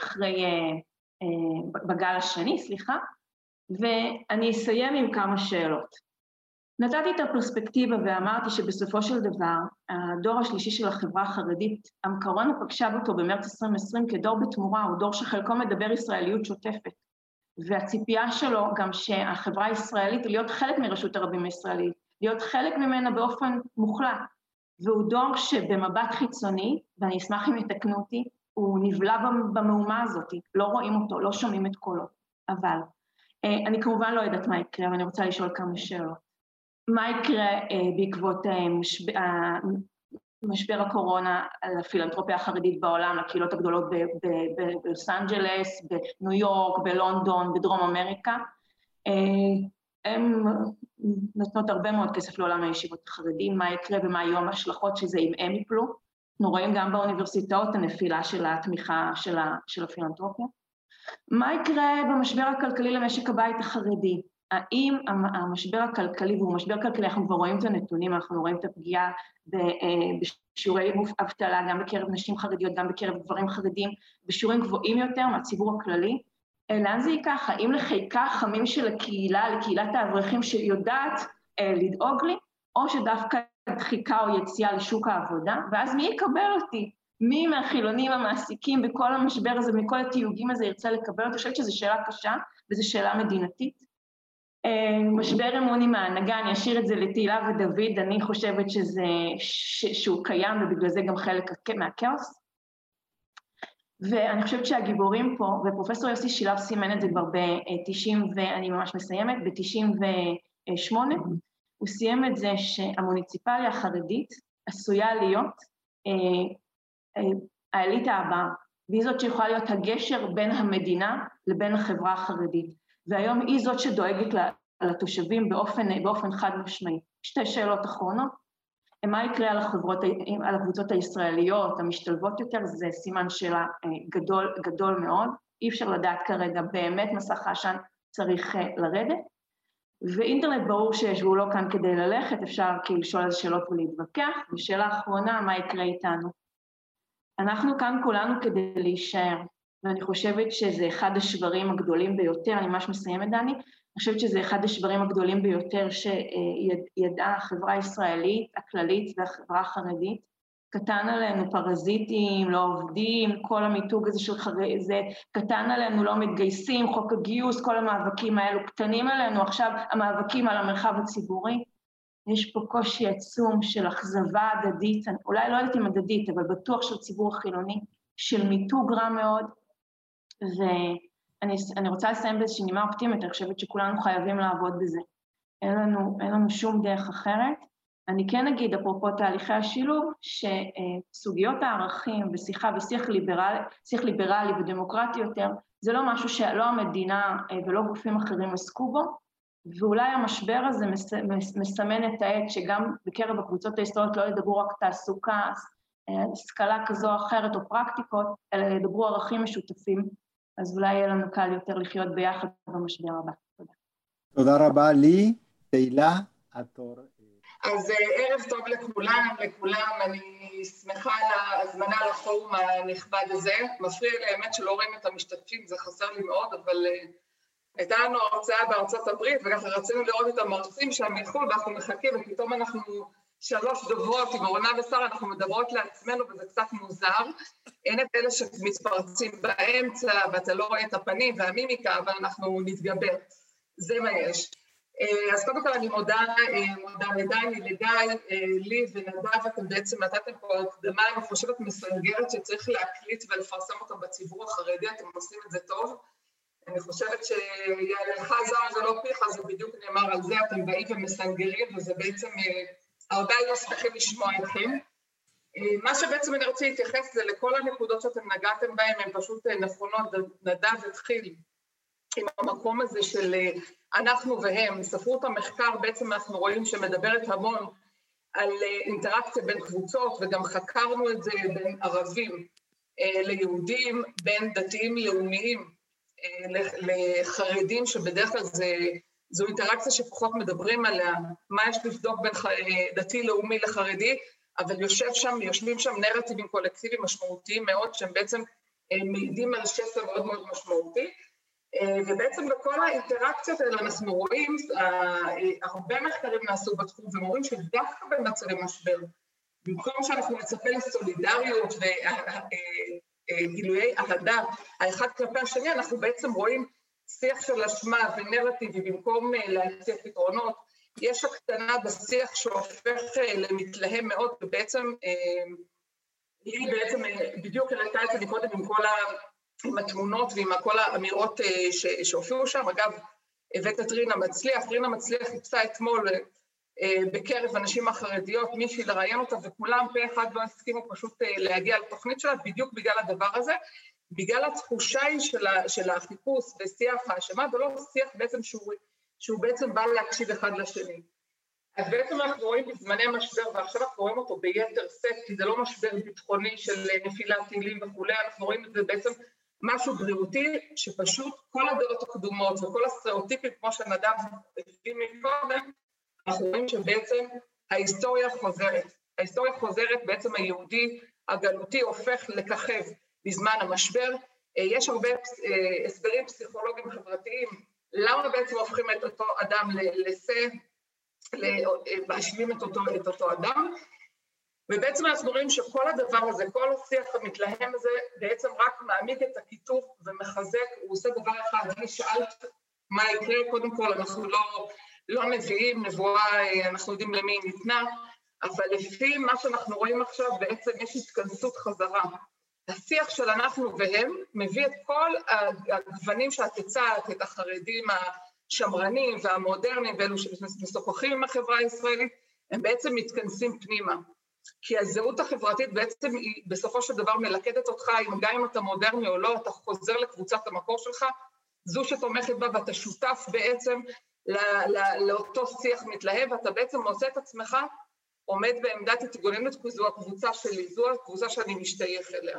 בגל השני, ואני אסיים עם כמה שאלות. נתתי את הפרספקטיבה ואמרתי שבסופו של דבר, הדור השלישי של החברה החרדית, הקורונה פגשה אותו במרץ 2020 כדור בתמורה, הוא דור שחלקו מדבר ישראליות שוטפת, והציפייה שלו גם שהחברה הישראלית להיות חלק מרשות הרבים הישראלית, להיות חלק ממנה באופן מוחלט, והוא דור שבמבט חיצוני, ואני אשמח אם יתקנו אותי, הוא נבלע במהומה הזאת, לא רואים אותו, לא שומעים את קולו, אבל אני כמובן לא יודעת מה יקרה, ואני רוצה לשאול כמה שאלות. מה יקרה בעקבות משבר הקורונה על הפילנתרופיה החרדית בעולם, לקהילות הגדולות בלוס אנג'לס, בניו יורק, בלונדון, בדרום אמריקה? הן נותנות הרבה מאוד כסף לעולם הישיבות החרדים, מה יקרה ומה יהיו ההשלכות שזה אם הם יפלו? אנחנו רואים גם באוניברסיטאות הנפילה של התמיכה של הפילנתרופיה. מה יקרה במשבר הכלכלי למשק הבית החרדי? האם המשבר הכלכלי, והוא משבר כלכלי, אנחנו כבר רואים את הנתונים, אנחנו רואים את הפגיעה בשיעורי אבטלה, גם בקרב נשים חרדיות, גם בקרב גברים חרדים, בשיעורים גבוהים יותר מהציבור הכללי, לאן זה ייקח? האם לחיקה החמים של הקהילה, לקהילת האברכים שיודעת לדאוג לי, או שדווקא דחיקה או יציאה לשוק העבודה, ואז מי יקבל אותי? מי מהחילונים המעסיקים בכל המשבר הזה, מכל התיוגים הזה ירצה לקבל אותי? אני חושבת שזו שאלה קשה, וזו שאלה מדינתית. משבר אמון עם ההנהגה, אני אשאיר את זה לתהילה ודוד, אני חושבת שהוא קיים, ובגלל זה גם חלק מהכאוס. ואני חושבת שהגיבורים פה, ופרופסור יוסי שילב סימן את זה כבר ב-90, ואני ממש מסיימת, ב-98, הוא סיים את זה שהמוניציפליה החרדית עשויה להיות האליטה הבאה, והיא זאת שיכולה להיות הגשר בין המדינה לבין החברה החרדית. והיום היא זאת שדואגת לתושבים באופן חד משמעי. שתי שאלות אחרונות, מה יקרה על הקבוצות הישראליות, המשתלבות יותר, זה סימן שאלה גדול מאוד, אי אפשר לדעת כרגע, באמת מסך העשן צריך לרדת, ואינטרנט ברור שיש, והוא לא כאן כדי ללכת, אפשר כאילו לשאול על שאלות ולהתווכח, ושאלה אחרונה, מה יקרה איתנו? אנחנו כאן כולנו כדי להישאר, ואני חושבת שזה אחד השברים הגדולים ביותר, אני ממש מסיימת דני, אני חושבת שזה אחד השברים הגדולים ביותר שידעה החברה הישראלית, הכללית והחברה החרדית, קטן עלינו פרזיטים, לא עובדים, כל המיתוג הזה של זה, קטן עלינו, לא מתגייסים, חוק הגיוס, כל המאבקים האלו, קטנים עלינו, עכשיו המאבקים על המרחב הציבורי, יש פה קושי עצום של אכזבה הדדית, אולי לא יודעת אם הדדית, אבל בטוח של ציבור החילוני, של מיתוג רע מאוד, ואני רוצה לסיים באיזושהי נימה אופטימית, אני חושבת שכולנו חייבים לעבוד בזה. אין לנו שום דרך אחרת. אני כן אגיד, אפרופו תהליכי השילוב, שסוגיות הערכים ושיח ליברלי ודמוקרטי יותר, זה לא משהו שלא המדינה ולא גופים אחרים עסקו בו, ואולי המשבר הזה מסמן את העת שגם בקרב הקבוצות ההיסטוריות לא ידברו רק תעסוקה, השכלה כזו או אחרת או פרקטיקות, אלא ידברו ערכים משותפים, אז אולי יהיה לנו קל יותר לחיות ביחד במשבר הבא. תודה. תודה רבה לי, תהילה, התור. אז ערב טוב לכולם, אני שמחה על ההזמנה לפורום הנכבד הזה, מפריע לי האמת שלא רואים את המשתתפים, זה חסר לי מאוד, אבל הייתה לנו הרצאה בארצות הברית, וככה רצינו לראות את המרצים שם מחו"ל, ואנחנו מחכים, ופתאום אנחנו 3 דוברות, עם אורנה ושרה, אנחנו מדברות לעצמנו, וזה קצת מוזר. אין את אלה שמתפרצים באמצע, ואתה לא רואה את הפנים והמימיקה, אבל אנחנו נתגבר. זה מה יש. אז קודם כל אני מודה לדני, לגיא, לי ונדב, אתם בעצם נתתם פה הקדמה, אני חושבת מסנגרת שצריך להקליט ולפרסם אותם בציבור החרדי, אתם עושים את זה טוב. אני חושבת שיעלך זר ולא פיך, זה בדיוק נאמר על זה, אתם באים ומסנגרים, וזה בעצם הרבה היו שמחים לשמוע אתכם. מה שבעצם אני רוצה להתייחס זה לכל הנקודות שאתם נגעתם בהן, הן פשוט נכונות. נדב התחיל עם המקום הזה של אנחנו והם. ספרות המחקר בעצם אנחנו רואים שמדברת המון על אינטראקציה בין קבוצות, וגם חקרנו את זה בין ערבים ליהודים, בין דתיים לאומיים לחרדים, שבדרך כלל זו אינטראקציה שפחות מדברים עליה, מה יש לבדוק בין דתי לאומי לחרדי, אבל יושבים שם נרטיבים קולקטיביים משמעותיים מאוד, שהם בעצם מעידים על שסע מאוד מאוד משמעותי, ובעצם בכל האינטראקציות האלה אנחנו רואים, הרבה מחקרים נעשו בתחום, ורואים שדווקא במצבי משבר, במקום שאנחנו נצפה לסולידריות וגילויי אהדה, האחד כלפי השני, אנחנו בעצם רואים שיח של אשמה ונרטיבי, במקום להציע פתרונות, יש הקטנה בשיח שהופך למתלהם מאוד, ובעצם היא בעצם בדיוק הראתה את זה קודם עם התמונות ועם כל האמירות שהופיעו שם. אגב, הבאת את רינה מצליח חיפשה אתמול בקרב הנשים החרדיות, מישהי לראיין אותה, וכולם פה אחד לא הסכימו פשוט להגיע לתוכנית שלה, בדיוק בגלל הדבר הזה, בגלל התחושה היא של החיפוש ושיח האשמה, ולא שיח בעצם שהוא בעצם בא להקשיב אחד לשני. אז בעצם אנחנו רואים בזמני משבר, ועכשיו אנחנו רואים אותו ביתר סט, כי זה לא משבר ביטחוני של נפילת טילים וכולי, אנחנו רואים את זה בעצם משהו בריאותי, שפשוט כל הדעות הקדומות וכל הסטריאוטיפים, כמו שנדב הביא מקודם, אנחנו רואים שבעצם ההיסטוריה חוזרת, בעצם היהודי הגלותי הופך לככב בזמן המשבר. יש הרבה הסברים פסיכולוגיים חברתיים, למה בעצם הופכים את אותו אדם להשלים את אותו אדם, ובעצם אנחנו רואים שכל הדבר הזה, כל השיח המתלהם הזה, בעצם רק מעמיק את הכיתוב ומחזק, הוא עושה דבר אחד. אני שאלת מה יקרה, קודם כל אנחנו לא נביאים, נבואה, אנחנו יודעים למי היא ניתנה, אבל לפי מה שאנחנו רואים עכשיו, בעצם יש התכנסות חזרה. השיח של אנחנו והם מביא את כל הגוונים שאת הצעת, את החרדים השמרנים והמודרניים, ואלו שמשוחחים עם החברה הישראלית, הם בעצם מתכנסים פנימה. כי הזהות החברתית בעצם היא בסופו של דבר מלכדת אותך, גם אם אתה מודרני או לא, אתה חוזר לקבוצת המקור שלך, זו שתומכת בה, ואתה שותף בעצם לאותו שיח מתלהב, ואתה בעצם מוצא את עצמך, עומד בעמדת התגוננות, כי זו הקבוצה שלי, זו הקבוצה שאני משתייך אליה.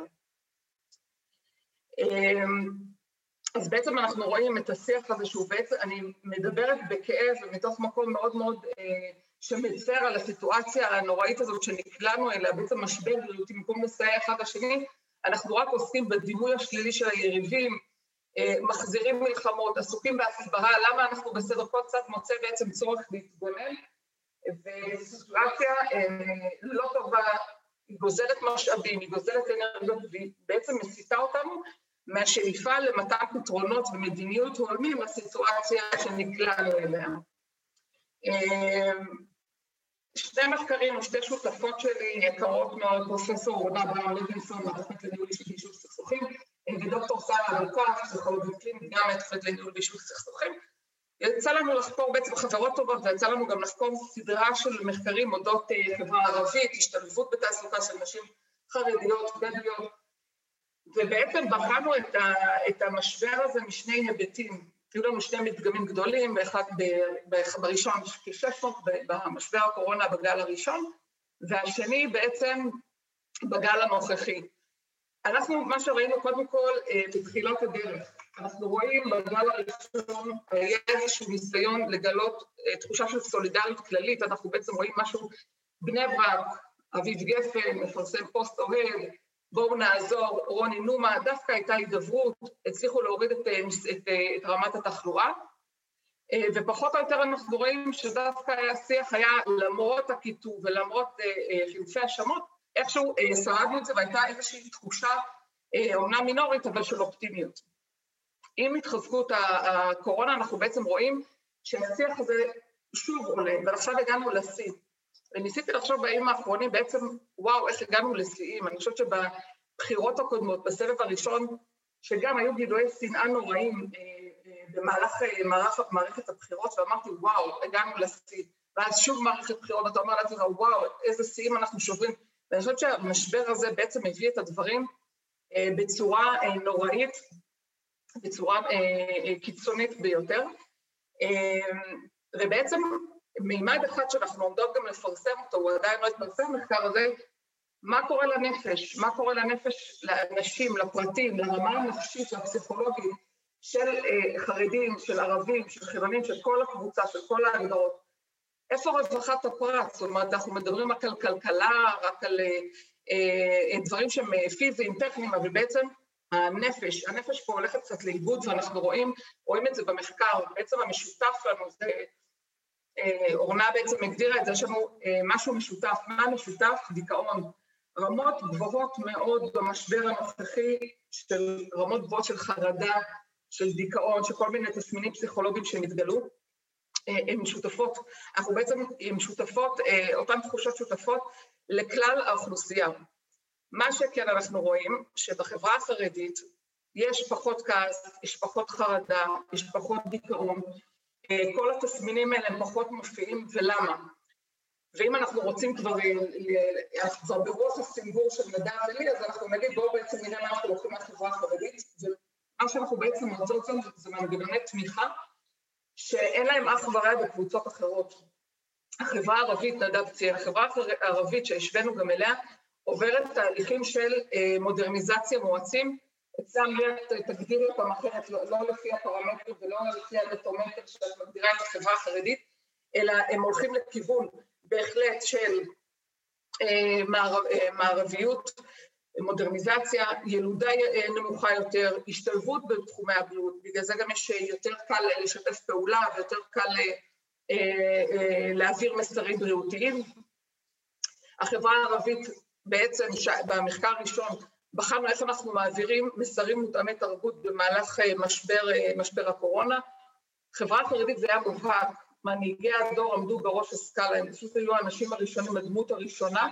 אז בעצם אנחנו רואים את השיח הזה שהוא בעצם, אני מדברת בכאב ומתוך מקום מאוד מאוד שמצר על הסיטואציה הנוראית הזאת שנקלענו אליה, בעצם משבר בריאותי, במקום לסייע אחד לשני, אנחנו רק עוסקים בדימוי השלילי של היריבים, מחזירים מלחמות, עסוקים בהסברה, למה אנחנו בסדר, כל צד מוצא בעצם צורך להתגונן, וסיטואציה לא טובה, היא גוזלת משאבים, היא גוזלת אנרגיות, והיא בעצם מסיטה אותנו מהשאיפה למתן פתרונות ומדיניות הולמים לסיטואציה שנקלענו אליה. שני מחקרים או שתי שותפות שלי יקרות מאוד, פרופסור רונה בר לוינסון, מהתוכנית לניהול אישי ויישוב סכסוכים, ודוקטור שרה אלוקף, פסיכולוגית קלינית, גם מהתוכנית לניהול ויישוב סכסוכים. יצא לנו לחקור בעצם חברות טובות, ויצא לנו גם לחקור סדרה של מחקרים אודות חברה ערבית, השתלבות בתעסוקה של נשים חרדיות, בדואיות, ובעצם בחנו את המשבר הזה משני היבטים. היו לנו שני מדגמים גדולים, בראשון כ-600 במשבר הקורונה בגל הראשון, והשני בעצם בגל הנוכחי. אנחנו, מה שראינו קודם כל בתחילת הדרך, אנחנו רואים בגל הראשון היה איזשהו ניסיון לגלות תחושה של סולידריות כללית, אנחנו בעצם רואים משהו, בני ברק, אביב גפן, מפרסם פוסט אוהד, בואו נעזור, רוני נומה, דווקא הייתה הידברות, הצליחו להוריד את רמת התחלואה, ופחות או יותר אנחנו רואים שדווקא השיח היה למרות הכיתוב ולמרות חילופי השמות, איכשהו שרדנו את זה והייתה איזושהי תחושה, אומנם מינורית, אבל של אופטימיות. עם התחזקות הקורונה אנחנו בעצם רואים שהשיח הזה שוב עולה, ועכשיו הגענו לשיא. וניסיתי לחשוב בימים האחרונים בעצם, וואו, איך הגענו לשיאים. אני חושבת שבבחירות הקודמות, בסבב הראשון, שגם היו גילויי שנאה נוראים במהלך מערכת הבחירות, ואמרתי, וואו, הגענו לשיא. ואז שוב מערכת בחירות, אתה אומר לעצמך, וואו, איזה שיאים אנחנו שוברים. ואני חושבת שהמשבר הזה בעצם הביא את הדברים בצורה נוראית, בצורה קיצונית ביותר, ובעצם מימד אחד שאנחנו עומדות גם לפרסם אותו, הוא עדיין לא התפרסם מחקר הזה, מה קורה לנפש, מה קורה לנפש, לאנשים, לפרטים, לרמה הנפשית והפסיכולוגית של חרדים, של ערבים, של חילונים, של כל הקבוצה, של כל ההגדרות. איפה רווחת הפרט? זאת אומרת, אנחנו מדברים רק על כלכלה, רק על דברים שהם פיזיים, טכניים, אבל בעצם הנפש פה הולכת קצת לאיבוד, ואנחנו רואים את זה במחקר, בעצם המשותף לנו, זה, אורנה בעצם הגדירה את זה, יש לנו משהו משותף, מה משותף? דיכאון. רמות גבוהות מאוד במשבר הנוכחי, של רמות גבוהות של חרדה, של דיכאון, של כל מיני תסמינים פסיכולוגיים שמתגלו, הן שותפות, אנחנו בעצם הן שותפות, אותן תחושות שותפות לכלל האוכלוסייה. מה שכן אנחנו רואים, שבחברה החרדית יש פחות כעס, יש פחות חרדה, יש פחות דיכאון, כל התסמינים האלה הם פחות מופיעים, ולמה? ואם אנחנו רוצים כבר ברוח הסינגור של נדב ולי, אז אנחנו נגיד בואו בעצם נראה מה אנחנו לוקחים מהחברה החרדית, ומה שאנחנו בעצם מוצאות זה מנגנוני תמיכה, שאין להם אח ורע בקבוצות אחרות. החברה הערבית, נדב ציין, החברה הערבית שהשווינו גם אליה, עוברת תהליכים של מודרניזציה מואצים, אצלם תגדיר אותם אחרת, לא לפי הפרמטר ולא לפי המטומטר שאת מגדירה את החברה החרדית, אלא הם הולכים לכיוון בהחלט של מערביות, מודרניזציה, ילודה נמוכה יותר, השתלבות בתחומי הבריאות, בגלל זה גם יש יותר קל לשתף פעולה ויותר קל להעביר מסרים בריאותיים. החברה הערבית בעצם במחקר הראשון בחרנו איך אנחנו מעבירים מסרים מותאמי תרבות במהלך משבר הקורונה. חברה החרדית זה היה מובהק, מנהיגי הדור עמדו בראש הסקאלה, הם פשוט היו האנשים הראשונים, הדמות הראשונה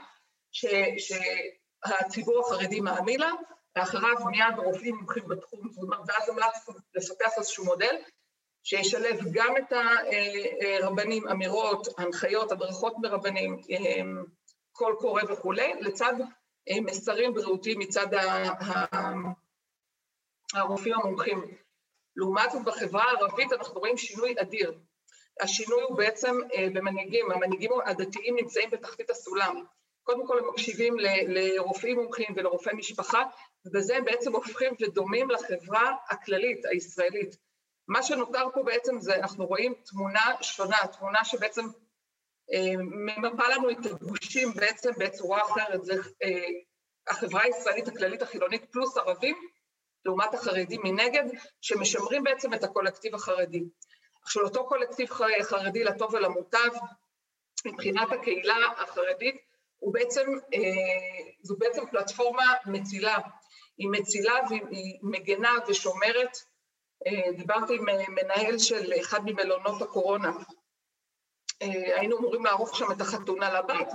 שהציבור החרדי מאמין לה, ואחריו מיד רופאים מומחים בתחום, ואז המלצנו לפתח איזשהו מודל, שישלב גם את הרבנים, אמירות, הנחיות, הדרכות מרבנים, קול קורא וכו', לצד מסרים בריאותיים מצד הרופאים המומחים. לעומת זאת בחברה הערבית אנחנו רואים שינוי אדיר. השינוי הוא בעצם במנהיגים, המנהיגים הדתיים נמצאים בתחתית הסולם. קודם כל הם מקשיבים לרופאים מומחים ולרופאי משפחה, ובזה הם בעצם הופכים ודומים לחברה הכללית, הישראלית. מה שנותר פה בעצם זה, אנחנו רואים תמונה שונה, תמונה שבעצם ממפה לנו את הגושים בעצם בצורה אחרת, זה החברה הישראלית הכללית החילונית פלוס ערבים, לעומת החרדים מנגד, שמשמרים בעצם את הקולקטיב החרדי. עכשיו אותו קולקטיב חרדי לטוב ולמוטב, מבחינת הקהילה החרדית, זו בעצם פלטפורמה מצילה, היא מצילה והיא מגנה ושומרת. דיברתי עם מנהל של אחד ממלונות הקורונה, היינו אמורים לערוך שם את החתונה לבת,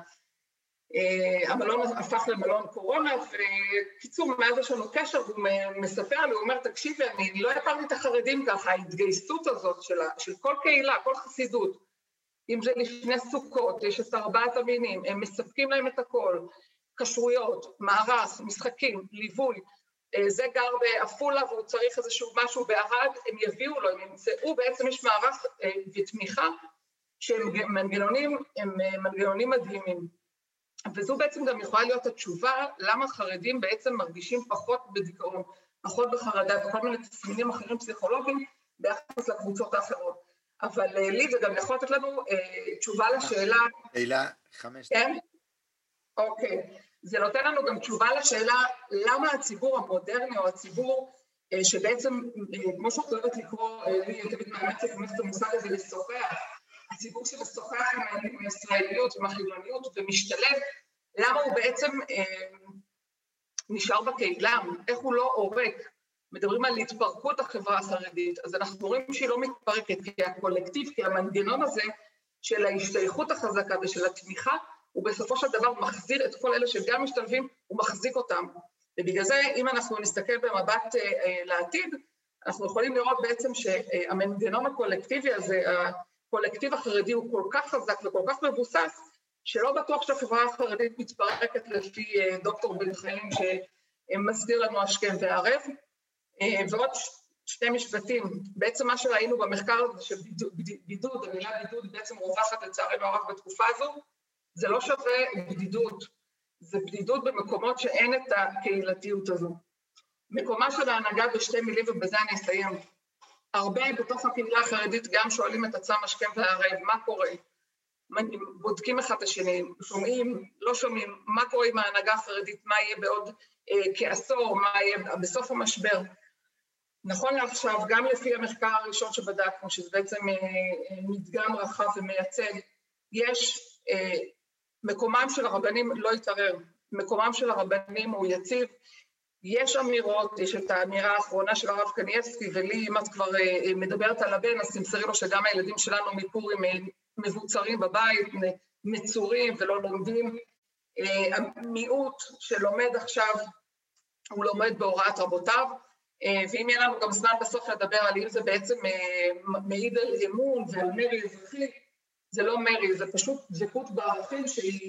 והמלון הפך למלון קורונה, וקיצור, מאז יש לנו קשר, הוא מספר לי, הוא אומר, תקשיבי, אני לא הכרתי את החרדים ככה, ההתגייסות הזאת של כל קהילה, כל חסידות, אם זה לפני סוכות, יש את 4 המינים, הם מספקים להם את הכל, כשרויות, מערך, משחקים, ליווי, זה גר באפולה והוא צריך איזשהו משהו בערד, הם יביאו לו, הם ימצאו, בעצם יש מערך ותמיכה, שהם מנגנונים מדהימים. וזו בעצם גם יכולה להיות התשובה, למה חרדים בעצם מרגישים פחות בדיכאון, פחות בחרדה, וכל מיני תסמינים אחרים פסיכולוגיים, ביחס לקבוצות האחרות. אבל לי זה גם יכול לתת לנו תשובה לשאלה... שאלה 5. כן? אוקיי. זה נותן לנו גם תשובה לשאלה, למה הציבור המודרני, או הציבור שבעצם, כמו שאת אוהבת לקרוא, לי תמיד מאמצת, כמו שאתה מושג הזה לשוחח, הציבור שמשוחח עם הישראליות, עם החילוניות, ומשתלב, למה הוא בעצם נשאר בקהילה, איך הוא לא עורק, מדברים על התפרקות החברה החרדית, אז אנחנו רואים שהיא לא מתפרקת, כי הקולקטיב, כי המנגנון הזה של ההשתייכות החזקה ושל התמיכה, הוא בסופו של דבר מחזיר את כל אלה שגם משתלבים, הוא מחזיק אותם. ובגלל זה, אם אנחנו נסתכל במבט לעתיד, אנחנו יכולים לראות בעצם שהמנגנון הקולקטיבי הזה, הקולקטיב החרדי הוא כל כך חזק וכל כך מבוסס, שלא בטוח שהחברה החרדית מתפרקת לפי דוקטור בן חיים שמסביר לנו השכם והערב. ועוד שני משפטים, בעצם מה שראינו במחקר הזה שבידוד, המילה בידוד בעצם רווחת לצערנו הרב בתקופה הזו, זה לא שווה בדידות, זה בדידות במקומות שאין את הקהילתיות הזו. מקומה של ההנהגה בשתי מילים ובזה אני אסיים. הרבה בתוך הקהילה החרדית גם שואלים את עצמם השכם והערב, מה קורה? בודקים אחד את השני, שומעים, לא שומעים, מה קורה עם ההנהגה החרדית, מה יהיה בעוד כעשור, מה יהיה בסוף המשבר. נכון לעכשיו, גם לפי המחקר הראשון שבדקנו, שזה בעצם מדגם רחב ומייצג, יש מקומם של הרבנים לא יתערער, מקומם של הרבנים הוא יציב, יש אמירות, יש את האמירה האחרונה של הרב קניאבסקי, ולי אם את כבר מדברת על הבן, אז תמסרי לו שגם הילדים שלנו מפורים מבוצרים בבית, מצורים ולא לומדים. המיעוט שלומד עכשיו, הוא לומד בהוראת רבותיו, ואם יהיה לנו גם זמן בסוף לדבר על אם זה בעצם מעיד על אמון ועל מרי אזרחי, זה לא מרי, זה פשוט דבקות בערכים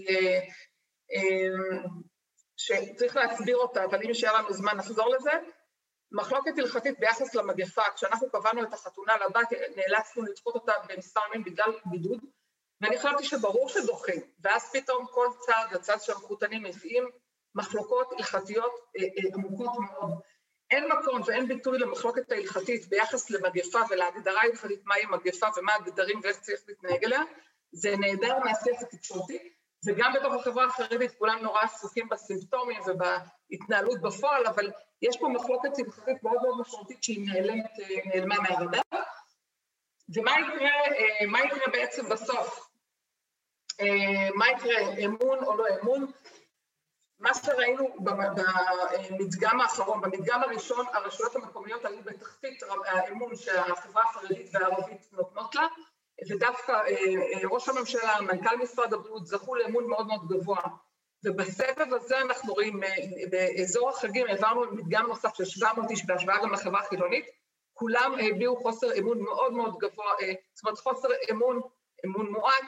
שצריך להסביר אותה, אבל אם שיהיה לנו זמן נחזור לזה. מחלוקת הלכתית ביחס למגפה, כשאנחנו קבענו את החתונה לבת, נאלצנו לדחות אותה במספר ימים בגלל בידוד, ואני חשבתי שברור שדוחים, ואז פתאום כל צד, הצד שהמחותנים מביאים מחלוקות הלכתיות עמוקות מאוד. אין מקום ואין ביטוי למחלוקת ההלכתית ביחס למגפה ולהגדרה הלכתית מהי מגפה ומה הגדרים ואיך צריך להתנהג אליה, זה נהדר מהשיח התקשורתי, וגם בתוך החברה החרדית כולם נורא עסוקים בסימפטומים ובהתנהלות בפועל, אבל יש פה מחלוקת הלכתית מאוד מאוד משמעותית שהיא נעלמה מהרדאר. ומה יקרה בעצם בסוף? מה יקרה, אמון או לא אמון? מה שראינו במדגם האחרון, במדגם הראשון, הרשויות המקומיות היו בתחתית האמון שהחברה החרדית והערבית נותנות לה, ודווקא ראש הממשלה, מנכ"ל משרד הבריאות, זכו לאמון מאוד מאוד גבוה. ובסבב הזה אנחנו רואים, באזור החגים העברנו מדגם נוסף של 700 איש בהשוואה גם לחברה החילונית, כולם הביעו חוסר אמון מאוד מאוד גבוה, זאת אומרת חוסר אמון מועט,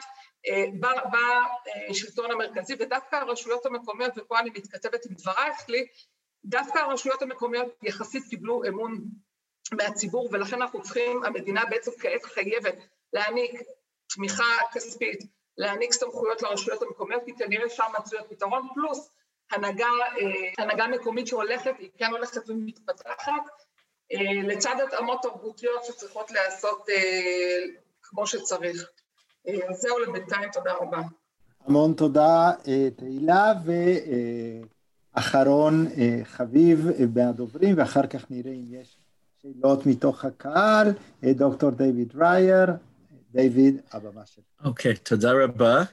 בשלטון המרכזי, ודווקא הרשויות המקומיות, ופה אני מתכתבת עם דברייך לי, דווקא הרשויות המקומיות יחסית קיבלו אמון מהציבור, ולכן אנחנו צריכים, המדינה בעצם כעת חייבת להעניק תמיכה כספית, להעניק סמכויות לרשויות המקומיות, כי כנראה שם מצוי הפתרון, פלוס הנהגה מקומית שהולכת, היא כן הולכת ומתפתחת, לצד התאמות תרבותיות שצריכות לעשות כמו שצריך. זהו לבינתיים, תודה רבה. המון תודה תהילה, ואחרון חביב מהדוברים, ואחר כך נראה אם יש שאלות מתוך הקהל, דוקטור דיוויד רייר. דיוויד, הבמה שלך. אוקיי, תודה רבה.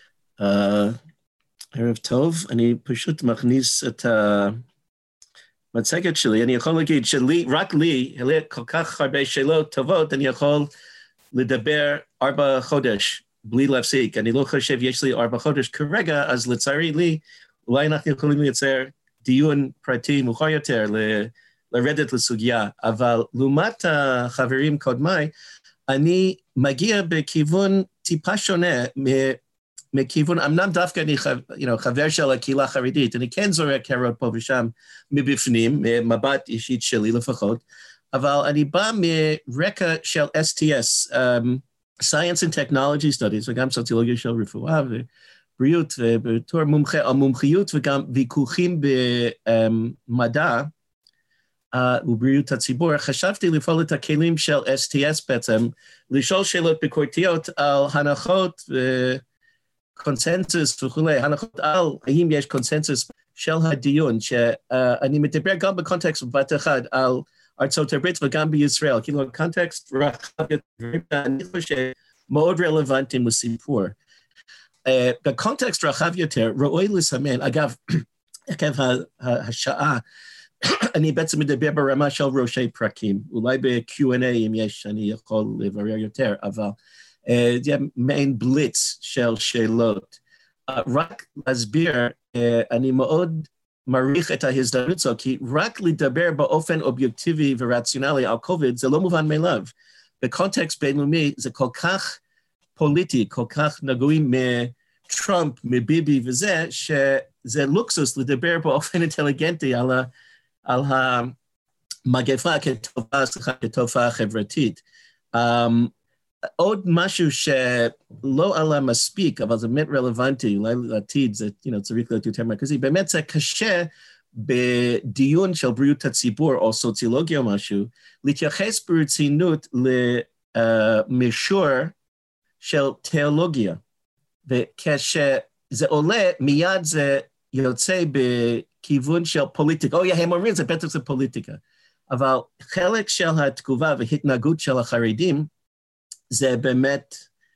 ערב טוב, אני פשוט מכניס את המצגת שלי, אני יכול להגיד שלי, רק לי, אלה כל כך הרבה שאלות טובות, אני יכול לדבר 4 חודש בלי להפסיק, אני לא חושב יש לי 4 חודש כרגע, אז לצערי לי, אולי אנחנו יכולים לייצר דיון פרטי מאוחר יותר, לרדת לסוגיה, אבל לעומת החברים קודמיי, אני מגיע בכיוון טיפה שונה, מכיוון, אמנם דווקא אני חבר של הקהילה החרדית, אני כן זורק הערות פה ושם מבפנים, מבט אישית שלי לפחות, אבל אני בא מרקע של STS, Science and Technology Studies, וגם סוציולוגיה של רפואה ובריאות, ובתור מומחה על מומחיות וגם ויכוחים במדע ובריאות הציבור, חשבתי לפעול את הכלים של STS בעצם, לשאול שאלות ביקורתיות על הנחות וקונסנזוס וכולי, הנחות על האם יש קונסנזוס של הדיון, שאני מדבר גם בקונטקסט בבת אחד על ארצות הברית וגם בישראל, כאילו הקונטקסט רחב יותר, אני חושב מאוד רלוונטיים לסיפור. בקונטקסט רחב יותר, ראוי לסמן, אגב, עקב השעה, אני בעצם מדבר ברמה של ראשי פרקים, אולי ב-Q&A אם יש, אני יכול לברר יותר, אבל זה מעין בליץ של שאלות. רק להסביר, אני מאוד מעריך את ההזדמנות הזו, כי רק לדבר באופן אובייקטיבי ורציונלי על קוביד, זה לא מובן מאליו. בקונטקסט בינלאומי זה כל כך פוליטי, כל כך נגועים טראמפ מביבי וזה, שזה לוקסוס לדבר באופן אינטליגנטי על המגפה כתופעה חברתית. עוד משהו שלא עלה מספיק, אבל זה באמת רלוונטי, אולי לעתיד זה צריך להיות יותר מרכזי, באמת זה קשה בדיון של בריאות הציבור או סוציולוגיה או משהו, להתייחס ברצינות למישור של תיאולוגיה, וכשזה עולה מיד זה יוצא בכיוון של פוליטיקה, הם אומרים זה בטח זה פוליטיקה, אבל חלק של התגובה והתנהגות של החרדים, זה באמת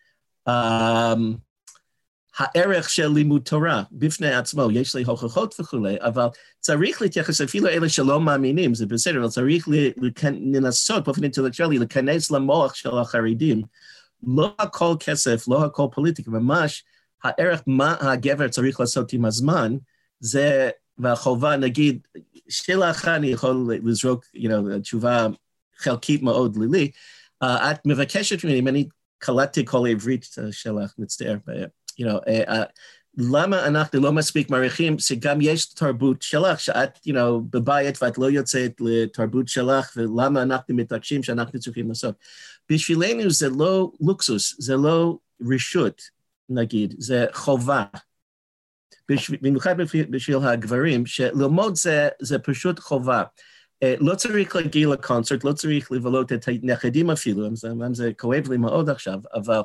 הערך של לימוד תורה בפני עצמו, יש לי הוכחות וכולי, אבל צריך להתייחס אפילו אלה שלא מאמינים, זה בסדר, אבל צריך לנסות באופן אינטלקטואלי, להיכנס למוח של החרדים, לא הכל כסף, לא הכל פוליטיקה, ממש הערך מה הגבר צריך לעשות עם הזמן, זה, והחובה נגיד, שאלה אחת אני יכול לזרוק, תשובה חלקית מאוד לילי, את מבקשת ממני, אם אני קלטתי כל העברית שלך, מצטער, למה אנחנו לא מספיק מעריכים שגם יש תרבות שלך, שאת, בבית ואת לא יוצאת לתרבות שלך, ולמה אנחנו מתעקשים שאנחנו צריכים לעשות. בשבילנו זה לא לוקסוס, זה לא רשות, נגיד, זה חובה. במיוחד בשביל הגברים, שללמוד זה פשוט חובה. לא צריך להגיע לקונצרט, לא צריך לבלות את הנכדים אפילו, זה כואב לי מאוד עכשיו, אבל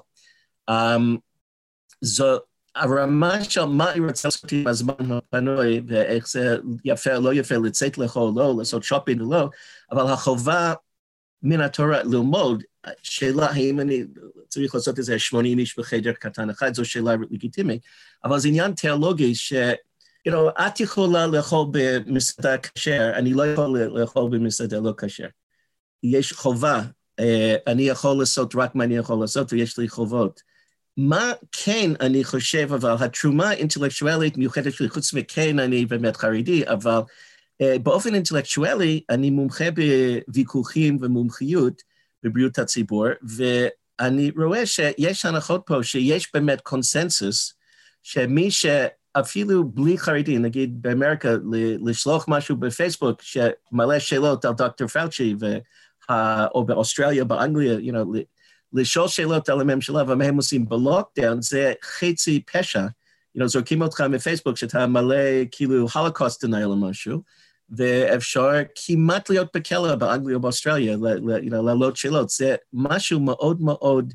זו הרמה של מה היא רוצה לעשות עם הזמן הפנוי, ואיך זה יפה או לא יפה, לצאת לאכול, לא, לעשות שופינג או לא, אבל החובה מן התורה ללמוד, שאלה האם אני צריך לעשות איזה 80 איש בחדר קטן אחד, זו שאלה לגיטימית, אבל זה עניין תיאולוגי את יכולה לאכול במסעדה כשר, אני לא יכול לאכול במסעדה לא כשר. יש חובה, אני יכול לעשות רק מה אני יכול לעשות, ויש לי חובות. מה כן אני חושב, אבל התרומה האינטלקטואלית מיוחדת שלי, חוץ מכן אני באמת חרדי, אבל באופן אינטלקטואלי אני מומחה בוויכוחים ומומחיות בבריאות הציבור, ואני רואה שיש הנחות פה שיש באמת קונסנזוס, שמי אפילו בלי חרדי, נגיד באמריקה, לשלוח משהו בפייסבוק שמלא שאלות על דוקטור פאוצ'י, או באוסטרליה, באנגליה, לשאול שאלות על הממשלה, ומה הם עושים בלוקדאון, זה חצי פשע. זורקים אותך מפייסבוק, שאתה מלא כאילו הולוקוסט דניאל או משהו, ואפשר כמעט להיות בכלא באנגליה או באוסטרליה, לעלות שאלות. זה משהו מאוד מאוד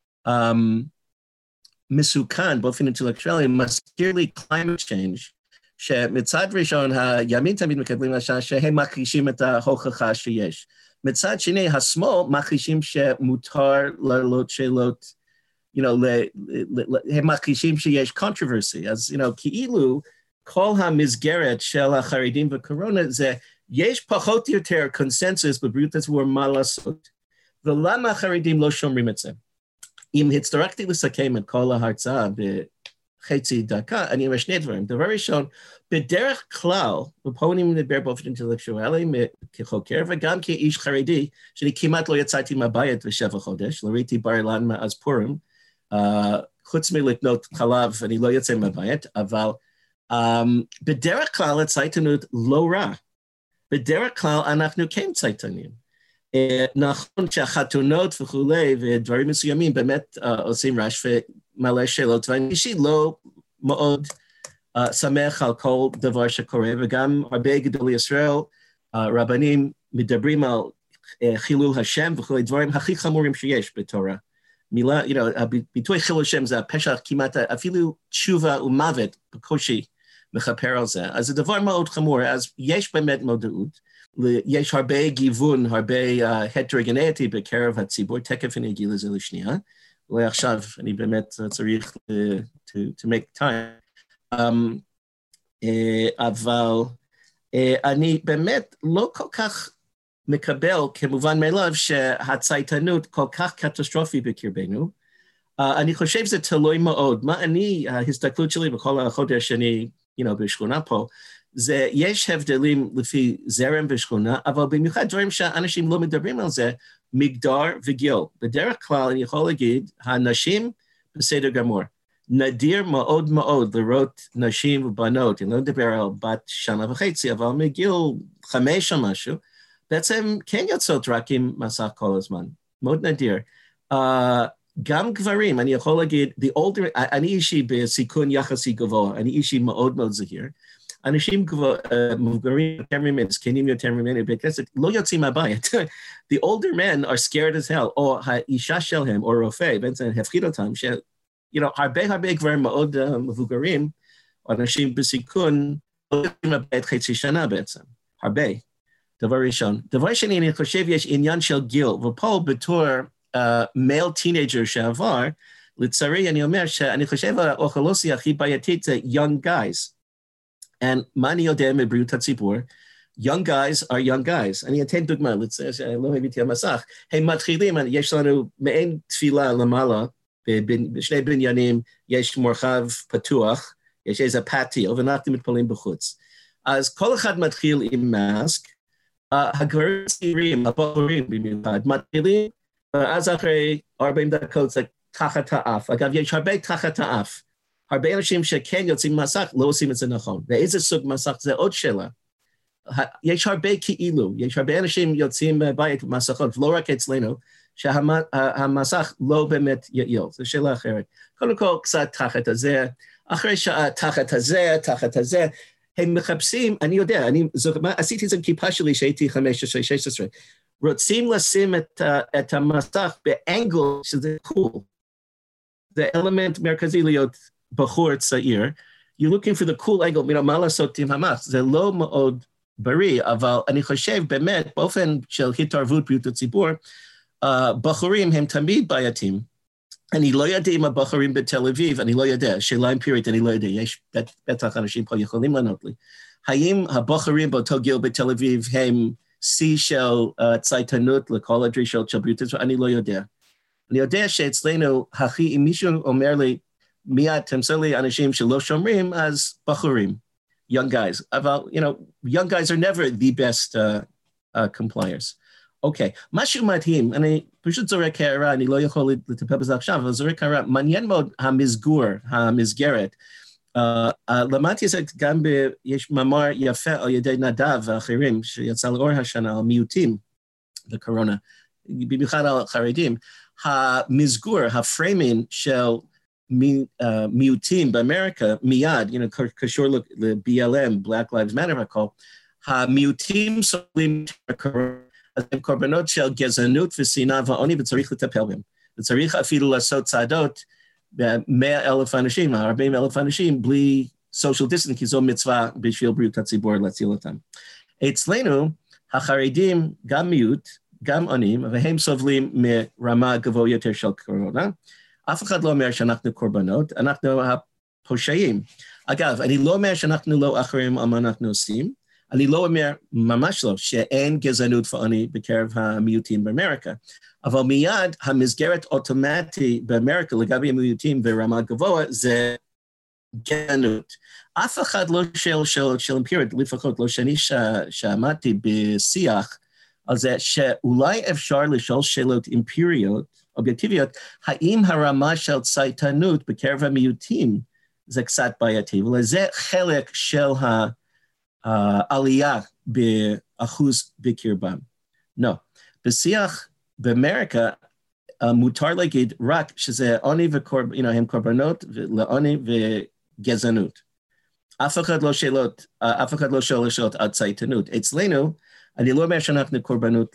מסוכן באופן אינטלקטואלי, מזכיר לי climate change, שמצד ראשון הימין תמיד מקבלים השעה שהם מכחישים את ההוכחה שיש. מצד שני, השמאל מכחישים שמותר לעלות שאלות, הם מכחישים שיש controversy, אז כאילו כל המסגרת של החרדים וקורונה זה, יש פחות או יותר קונסנזוס בבריאות הציבור מה לעשות, ולמה החרדים לא שומרים את זה. אם הצטרכתי לסכם את כל ההרצאה בחצי דקה, אני אומר שני דברים. דבר ראשון, בדרך כלל, ופה אני מדבר באופן אינטלקטואלי כחוקר, וגם כאיש חרדי, שאני כמעט לא יצאתי מהבית ל7 חודש, לא ראיתי בר אילן מאז פורים, חוץ מלקנות חלב, אני לא יוצא מהבית, אבל בדרך כלל הצייתנות לא רע. בדרך כלל אנחנו כן צייתנים. נכון שהחתונות וכולי ודברים מסוימים באמת עושים רעש ומלא שאלות, ואני אישית לא מאוד שמח על כל דבר שקורה, וגם הרבה גדולי ישראל, רבנים מדברים על חילול השם וכולי, דברים הכי חמורים שיש בתורה. מילה, הביטוי חילול השם זה הפשע כמעט, אפילו תשובה ומוות בקושי מכפר על זה. אז זה דבר מאוד חמור, אז יש באמת מודעות, יש הרבה גיוון, הרבה הטרוגניטי בקרב הציבור, תכף אני אגיד לזה לשנייה, ועכשיו אני באמת צריך to make time, אבל אני באמת לא כל כך מקבל כמובן מאליו שהצייתנות כל כך קטסטרופי בקרבנו, אני חושב שזה תלוי מאוד, מה ההסתכלות שלי בכל החודש שאני בשכונה פה, זה, יש הבדלים לפי זרם ושכונה, אבל במיוחד דברים שאנשים לא מדברים על זה, מגדר וגיל. בדרך כלל אני יכול להגיד, הנשים בסדר גמור. נדיר מאוד מאוד לראות נשים ובנות, אני לא מדבר על בת שנה וחצי, אבל מגיל 5 או משהו, בעצם כן יוצאות רק עם מסך כל הזמן, מאוד נדיר. גם גברים, אני יכול להגיד, אני אישי בסיכון יחסי גבוה, אני אישי מאוד מאוד זהיר, אנשים מבוגרים יותר ממני, זקנים יותר ממני, בכנסת, לא יוצאים מהבית. The older men are scared as hell, או האישה שלהם, או רופא, בעצם הפחיד אותם, הרבה גברים מאוד מבוגרים, או אנשים בסיכון, לא יוצאים מהבית חצי שנה בעצם, הרבה. דבר ראשון. דבר שני, אני חושב יש עניין של גיל, ופה בתור מייל טינג'ר שעבר, לצערי אני אומר שאני חושב האוכלוסיה הכי בעייתית זה young guys. מה אני יודע מבריאות הציבור? Young guys are young guys. אני אתן דוגמה, לא הבאתי המסך. הם מתחילים, יש לנו מעין תפילה למעלה, בשני בניינים יש מרחב פתוח, יש איזה פטיו, ואנחנו מתפללים בחוץ. אז כל אחד מתחיל עם מאסק, הגברים הצעירים, הבחורים במיוחד, מתחילים, ואז אחרי 40 דקות זה תחת האף. אגב, יש הרבה תחת האף. הרבה אנשים שכן יוצאים מסך לא עושים את זה נכון. ואיזה סוג מסך זה עוד שאלה. יש הרבה כאילו, יש הרבה אנשים יוצאים מהבית מסכות, לא רק אצלנו, שהמסך לא באמת יעיל, זו שאלה אחרת. קודם כל, קצת תחת הזה, אחרי שעה תחת הזה, הם מחפשים, אני יודע, עשיתי את זה עם כיפה שלי שהייתי 15-16, רוצים לשים את המסך באנגל שזה קול. זה אלמנט מרכזי להיות בחור צעיר. You're looking for the cool angle, מה לעשות עם המסך, זה לא מאוד בריא, אבל אני חושב באמת, באופן של התערבות בריאות הציבור, בחורים הם תמיד בעייתים. אני לא יודע אם הבחורים בתל אביב, אני לא יודע, שאלה אמפירית, אני לא יודע, יש בטח אנשים פה יכולים לענות לי. האם הבחורים באותו גיל בתל אביב הם שיא של צייתנות לכל הדרישות של בריאות הציבור? אני לא יודע. אני יודע שאצלנו, אם מישהו אומר לי, מיד תמסור לי אנשים שלא שומרים, אז בחורים, young guys. אבל, young guys are never the best compliers. אוקיי, משהו מדהים, אני פשוט זורק הערה, אני לא יכול לטפל בזה עכשיו, אבל זורק הערה, מעניין מאוד המסגרת. למדתי את זה גם יש מאמר יפה על ידי נדב ואחרים, שיצא לאור השנה על מיעוטים בקורונה, במיוחד על חרדים. המסגור, הפריימינג של מיעוטים באמריקה, מיד, קשור ל-BLM, Black Lives Matter והכל, המיעוטים סובלים קורונה, אז הם קורבנות של גזענות ושנאה ועוני, וצריך לטפל בהם. וצריך אפילו לעשות צעדות ב100,000 אנשים, 40,000 אנשים, בלי social distancing, כי זו מצווה בשביל בריאות הציבור להציל אותם. אצלנו, החרדים גם מיעוט, גם עונים, והם סובלים מרמה גבוה יותר של קורונה. אף אחד לא אומר שאנחנו קורבנות, אנחנו הפושעים. אגב, אני לא אומר שאנחנו לא אחראים על מה אנחנו עושים, אני לא אומר, ממש לא, שאין גזענות ועוני בקרב המיעוטים באמריקה, אבל מיד המסגרת אוטומטי באמריקה לגבי המיעוטים ברמה גבוה זה גזענות. אף אחד לא של אמפירית, לפחות לא שאני שעמדתי בשיח על זה שאולי אפשר לשאול שאלות אמפיריות, אובייקטיביות, האם הרמה של צייתנות בקרב המיעוטים זה קצת בעייתי, ולזה חלק של העלייה באחוז בקרבם. לא. בשיח באמריקה מותר להגיד רק שזה עוני הם קורבנות לעוני וגזענות. אף אחד לא שואל שאלות על צייתנות. אצלנו, אני לא אומר שאנחנו קורבנות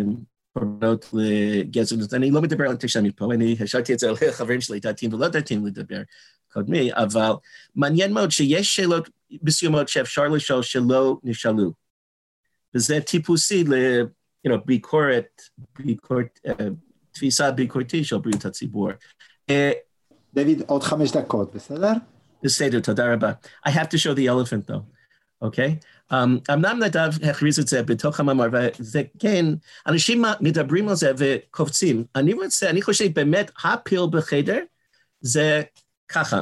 לגזענות, אני לא מדבר על אנטישמיות פה, אני השארתי את זה על חברים שלי, דתיים ולא דתיים לדבר קודמי, אבל מעניין מאוד שיש שאלות מסוימות שאפשר לשאול שלא נשאלו. וזה טיפוסי לביקורת, תפיסה ביקורתית של בריאות הציבור. דוד, עוד 5 דקות, בסדר? בסדר, תודה רבה. I have to show the elephant though, אוקיי? אמנם נדב הכריז את זה בתוך המאמר, וזה כן, אנשים מדברים על זה וקופצים. אני חושב באמת, הפיל בחדר זה ככה.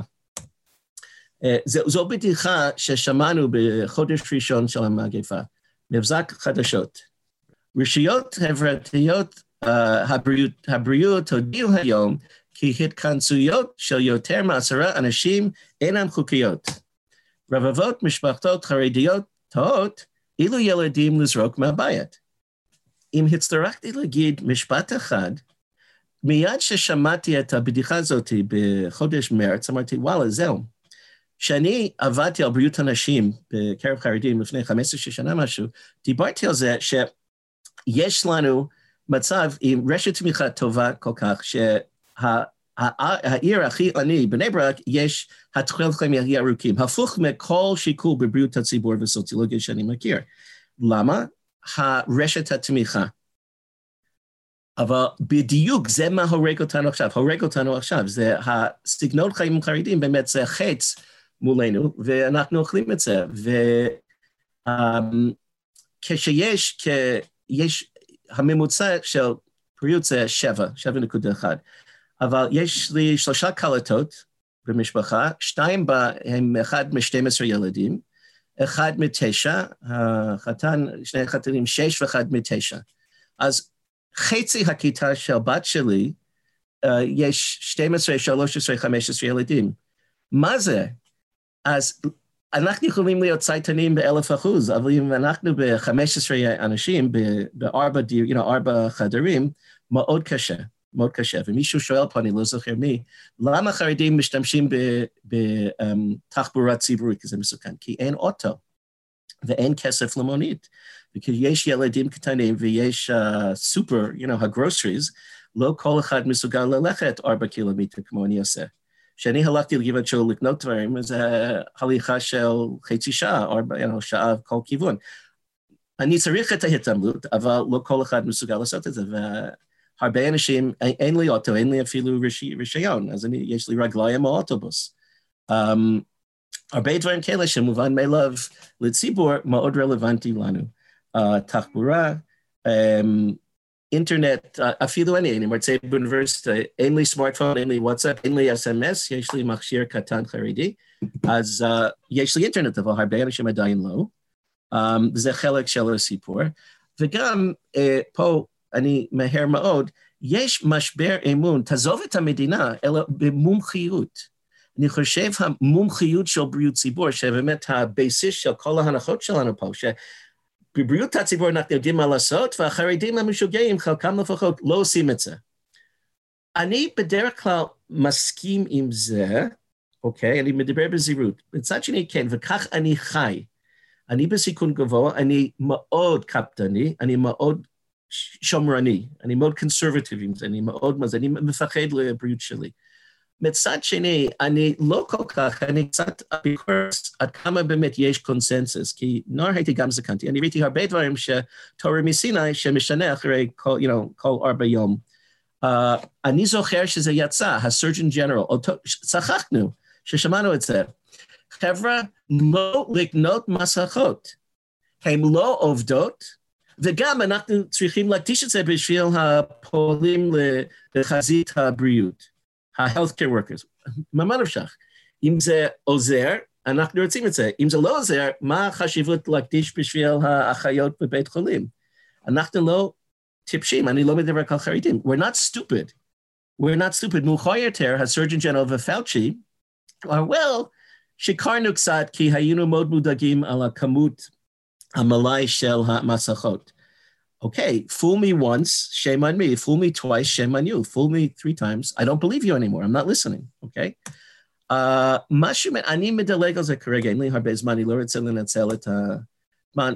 זו בדיחה ששמענו בחודש ראשון של המגפה, מבזק חדשות. רשויות חברתיות הבריאות הודיעו היום כי התכנסויות של יותר מ10 אנשים אינן חוקיות. רבבות משפחות חרדיות תוהות אילו ילדים לזרוק מהבית. אם הצטרכתי להגיד משפט אחד, מיד ששמעתי את הבדיחה הזאת בחודש מרץ, אמרתי, וואלה, זהו. כשאני עבדתי על בריאות הנשים בקרב חרדים לפני 15 שנה משהו, דיברתי על זה שיש לנו מצב עם רשת תמיכה טובה כל כך, שהעיר הכי עני, בני ברק, יש התוחלת חיים הכי ארוכים, הפוך מכל שיקול בבריאות הציבור וסוציולוגיה שאני מכיר. למה? הרשת התמיכה. אבל בדיוק זה מה הורג אותנו עכשיו, זה הסגנון חיים חרדים, באמת זה חץ מולנו, ואנחנו אוכלים את זה, וכשיש, הממוצע של בריאות זה 7.1, אבל יש לי 3 קלטות במשפחה, 2 הם 1 מ-12 ילדים, 1 מ-9, החתן, 2 חתנים 6 ו1 מ-9, אז חצי הכיתה של בת שלי, יש 12, 13, 15 ילדים. מה זה? אז אנחנו יכולים להיות צייתנים ב1000%, אבל אם אנחנו ב15 אנשים, ב4 חדרים, מאוד קשה, מאוד קשה. ומישהו שואל פה, אני לא זוכר מי, למה חרדים משתמשים בתחבורה ציבורית, כי זה מסוכן? כי אין אוטו, ואין כסף למונית. וכי יש ילדים קטנים ויש סופר, הגרוסריז, לא כל אחד מסוגל ללכת 4 קילומטר כמו אני עושה. כשאני הלכתי לגבעת שאול לקנות דברים, זה הליכה של חצי שעה, 4 שעה כל כיוון. אני צריך את ההתעמלות, אבל לא כל אחד מסוגל לעשות את זה, והרבה אנשים, אין לי אוטו, אין לי אפילו רישיון, אז יש לי רגליים או אוטובוס. הרבה דברים כאלה שמובן מאליו לציבור מאוד רלוונטי לנו. תחבורה, אינטרנט, אפילו אני מרצה באוניברסיטה, אין לי סמארטפון, אין לי וואטסאפ, אין לי SMS, יש לי מכשיר קטן חרדי, אז יש לי אינטרנט, אבל הרבה אנשים עדיין לא, זה חלק של הסיפור, וגם פה אני מהר מאוד, יש משבר אמון, תעזוב את המדינה, אלא במומחיות. אני חושב המומחיות של בריאות ציבור, שבאמת הבסיס של כל ההנחות שלנו פה, בבריאות הציבור אנחנו יודעים מה לעשות, והחרדים המשוגעים, חלקם לפחות, לא עושים את זה. אני בדרך כלל מסכים עם זה, אוקיי? אני מדבר בזהירות. בצד שני, כן, וכך אני חי. אני בסיכון גבוה, אני מאוד קפדני, אני מאוד שומרני, אני מאוד קונסרבטיבי, אני מפחד לבריאות שלי. מצד שני, אני לא כל כך, אני קצת ביקורת עד כמה באמת יש קונסנזוס, כי נוער הייתי גם זקנתי, אני ראיתי הרבה דברים שתורה מסיני שמשנה אחרי כל 4 יום. אני זוכר שזה יצא, הסרג'ן ג'נרל, צחקנו ששמענו את זה. חבר'ה, לא לקנות מסכות, הן לא עובדות, וגם אנחנו צריכים להקדיש את זה בשביל הפועלים לחזית הבריאות. ה-healthcare workers, מה נפשך? אם זה עוזר, אנחנו רוצים את זה. אם זה לא עוזר, מה החשיבות להקדיש בשביל האחיות בבית חולים? אנחנו לא טיפשים, אני לא מדבר על חרדים. We're not stupid. מאוחר יותר, הסרג'ן ג'נרל ופאוצ'י, שיקרנו קצת, כי היינו מאוד מודאגים על הכמות המלאי של המסכות. Okay, fool me once, shame on me. Fool me twice, shame on you. Fool me 3 times, I don't believe you anymore. I'm not listening, okay? אני מדלג על זה כרגע, אין לי הרבה זמן, אני לא רוצה לנצל את הזמן.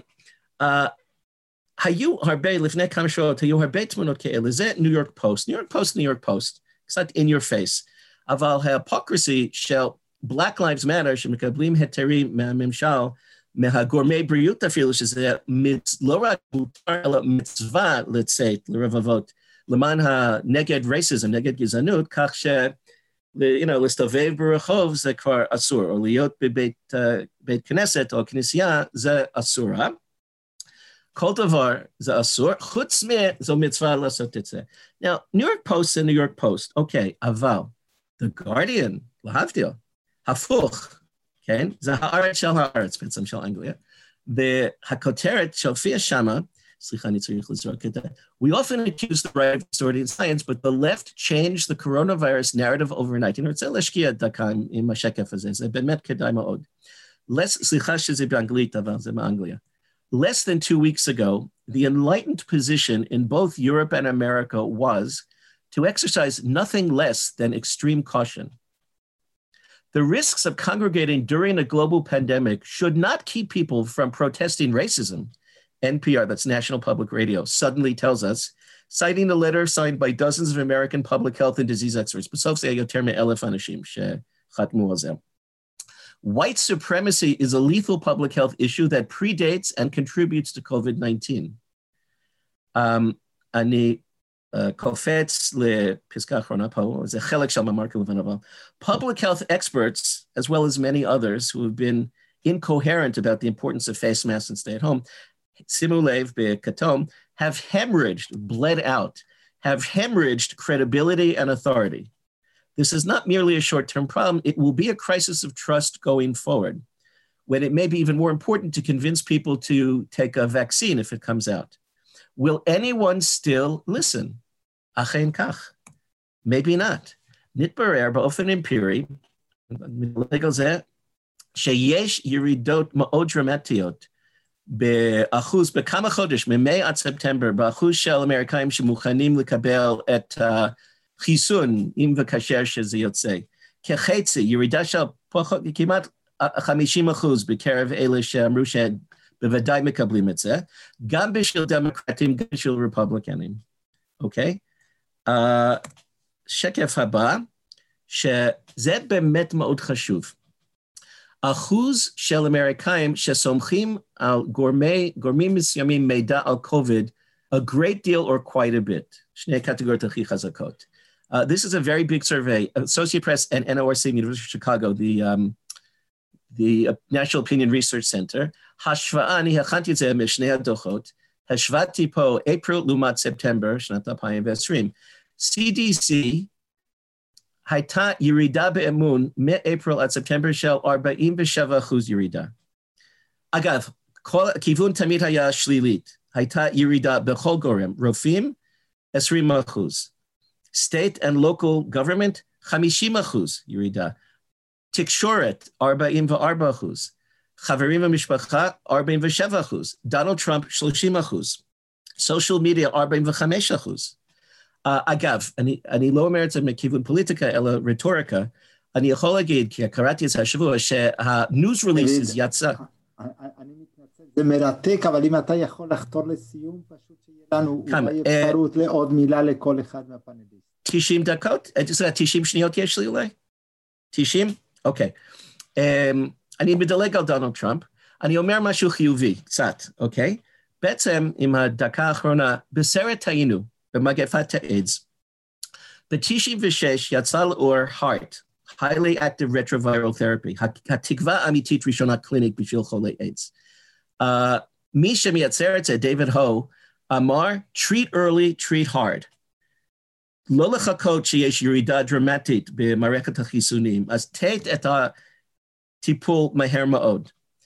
היו הרבה, לפני כמה שעות, היו הרבה תמונות כאלה, זה ניו יורק פוסט, קצת in your face, אבל ההיפוקרסי של Black Lives Matter, שמקבלים היתרים מהממשל, מהגורמי בריאות אפילו, שזה לא רק מותר, אלא מצווה לצאת לרבבות, למען הנגד רייסיזם, נגד גזענות, כך להסתובב ברחוב זה כבר אסור, או להיות בבית כנסת או כנסייה זה אסור. כל דבר זה אסור, חוץ מזו מצווה לעשות את זה. Now, ניו יורק פוסט זה ניו יורק פוסט, אוקיי, אבל The Guardian, להבדיל, הפוך, כן? זה הארץ של הארץ, בעצם של אנגליה. והכותרת שהופיעה שמה, We often accuse the right of authority in science, but the left changed the coronavirus narrative overnight. Less than 2 weeks ago, the enlightened position in both Europe and America was to exercise nothing less than extreme caution. The risks of congregating during a global pandemic should not keep people from protesting racism. NPR, that's National Public Radio, suddenly tells us, citing a letter signed by dozens of American public health and disease experts. White supremacy is a lethal public health issue that predates and contributes to COVID-19. אני קופץ לפסקה האחרונה פה, זה חלק של מאמר כלבן אבל. Public health experts, as well as many others who have been incoherent about the importance of face masks and stay at home, שימו לב בכתום, have bled out, have hemorrhaged credibility and authority. This is not merely a short-term problem, it will be a crisis of trust going forward, when it may be even more important to convince people to take a vaccine if it comes out. Will anyone still listen? אכן כך. Maybe not. נתברר באופן אמפירי, מדלג על זה, שיש ירידות מאוד דרמטיות באחוז, בכמה חודש, ממאי עד ספטמבר, באחוז של אמריקאים שמוכנים לקבל את החיסון, אם וכאשר שזה יוצא. כחצי, ירידה של כמעט 50% בקרב אלה שאמרו שבוודאי מקבלים את זה, גם בשביל דמוקרטים, גם בשביל רפובליקנים. אוקיי? שקף הבא, שזה באמת מאוד חשוב. אחוז של אמריקאים שסומכים על גורמים מסוימים מידע על COVID, a great deal or quite a bit. שני קטגוריות הכי חזקות. This is a very big survey. Associated Press and NORC, University of Chicago, the National Opinion Research Center. השוואה, אני הכנתי את זה משני הדוחות, השוואתי פה אפריל לעומת ספטמבר, שנת 2020. CDC הייתה ירידה באמון מאפריל עד ספטמבר של 47% ירידה. אגב, כיוון תמיד היה שלילית. הייתה ירידה בכל גורם, רופאים, 20%. State and local government, 50% ירידה. תקשורת, 44%. חברים ומשפחה, 47%. דונלד טראמפ, 30%. Social media, 45%. אגב, אני לא אומר את זה מכיוון פוליטיקה, אלא רטוריקה. אני יכול להגיד, כי קראתי את זה השבוע, שה-news releases יצא. אני מתנצל, זה מרתק, אבל אם אתה יכול לחתור לסיום, פשוט שיהיה לנו אולי אפשרות לעוד מילה לכל אחד מהפאנליסטים. 90 דקות? 90 שניות יש לי אולי? 90? אוקיי. אני מדלג על דונלד טראמפ, אני אומר משהו חיובי, קצת, אוקיי? בעצם, עם הדקה האחרונה, בסרט היינו, במגפת האיידס, ב-96 יצא לאור HAART, Highly Active Retroviral Therapy, התקווה האמיתית ראשונת קלינית בשביל חולי איידס. מי שמייצר את זה, דיוויד הו, אמר, treat early, treat hard. לא לחכות שיש ירידה דרמטית במערכת החיסונים, אז תת את הטיפול מהר מאוד.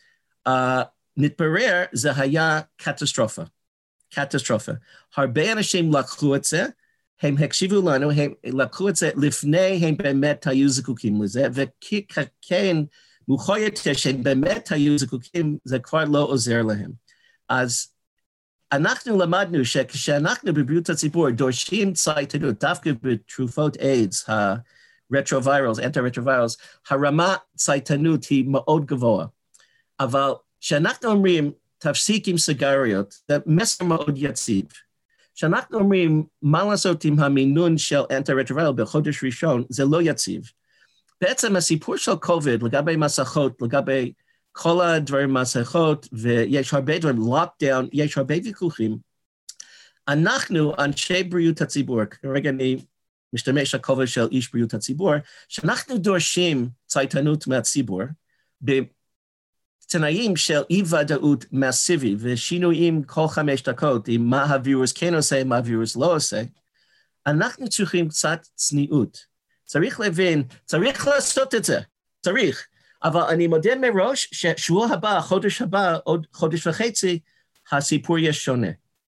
נתברר, זה היה קטסטרופה. קטסטרופה. הרבה אנשים לקחו את זה, הם הקשיבו לנו, הם לקחו את זה לפני הם באמת היו זקוקים לזה, וכן, מאוחר יותר שהם באמת היו זקוקים, זה כבר לא עוזר להם. אז אנחנו למדנו שכשאנחנו בבריאות הציבור דורשים צייתנות, דווקא בתרופות איידס, הרטרוווירלס, אנטי-רטרוווירלס, הרמה צייתנות היא מאוד גבוהה. אבל כשאנחנו אומרים, תפסיק עם סיגריות, זה מסר מאוד יציב. כשאנחנו אומרים, מה לעשות עם המינון של אנטי-רטרוווירל בחודש ראשון, זה לא יציב. בעצם הסיפור של קוביד, לגבי מסכות, לגבי כל הדברים מסכות, ויש הרבה דברים, לוקדאון, יש הרבה ויכוחים. אנחנו, אנשי בריאות הציבור, כרגע אני משתמש בכובע של איש בריאות הציבור, שאנחנו דורשים צייתנות מהציבור, בתנאים של אי-ודאות מסיבי, ושינויים כל 5 דקות, עם מה הווירוס כן עושה, מה הווירוס לא עושה, אנחנו צריכים קצת צניעות. צריך להבין, צריך לעשות את זה, צריך. אבל אני מודה מראש ששבוע הבא, חודש הבא, עוד חודש וחצי, הסיפור יהיה שונה.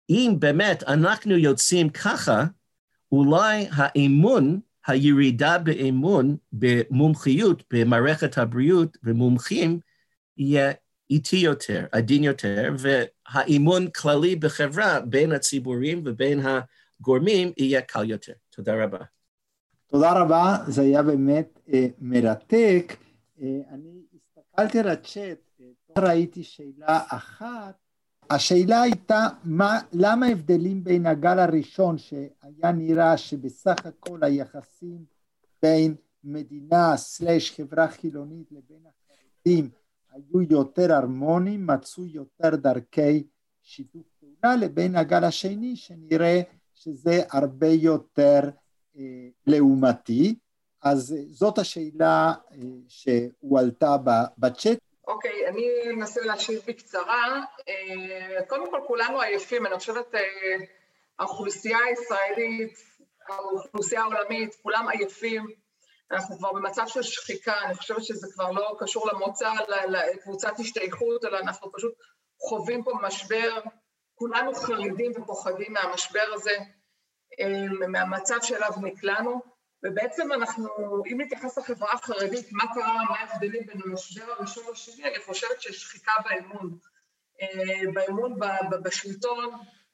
אם באמת אנחנו יוצאים ככה, אולי האמון, הירידה באמון, במומחיות, במערכת הבריאות ומומחים, יהיה איטי יותר, עדין יותר, והאמון כללי בחברה בין הציבורים ובין הגורמים יהיה קל יותר. תודה רבה. תודה רבה, זה היה באמת מרתק. אני הסתכלתי על הצ'אט, ראיתי שאלה אחת, השאלה הייתה למה ההבדלים בין הגל הראשון שהיה נראה שבסך הכל היחסים בין מדינה / חברה חילונית לבין החרדים היו יותר הרמוניים, מצאו יותר דרכי שיתוף פעולה, לבין הגל השני שנראה שזה הרבה יותר לעומתי. אז זאת השאלה שהועלתה בצ'אט. אוקיי, אני אנסה להשיב בקצרה. קודם כל, כולנו עייפים. אני חושבת, האוכלוסייה הישראלית, האוכלוסייה העולמית, כולם עייפים. אנחנו כבר במצב של שחיקה. אני חושבת שזה כבר לא קשור למוצא, לקבוצת השתייכות, אלא אנחנו פשוט חווים פה משבר. כולנו חרדים ופוחדים מהמשבר הזה, מהמצב שאליו נקלענו. ובעצם אנחנו, אם נתייחס לחברה החרדית, מה קרה, מה ההבדלים בין המשבר הראשון לשני, אני חושבת שיש שחיקה באמון. באמון בשלטון,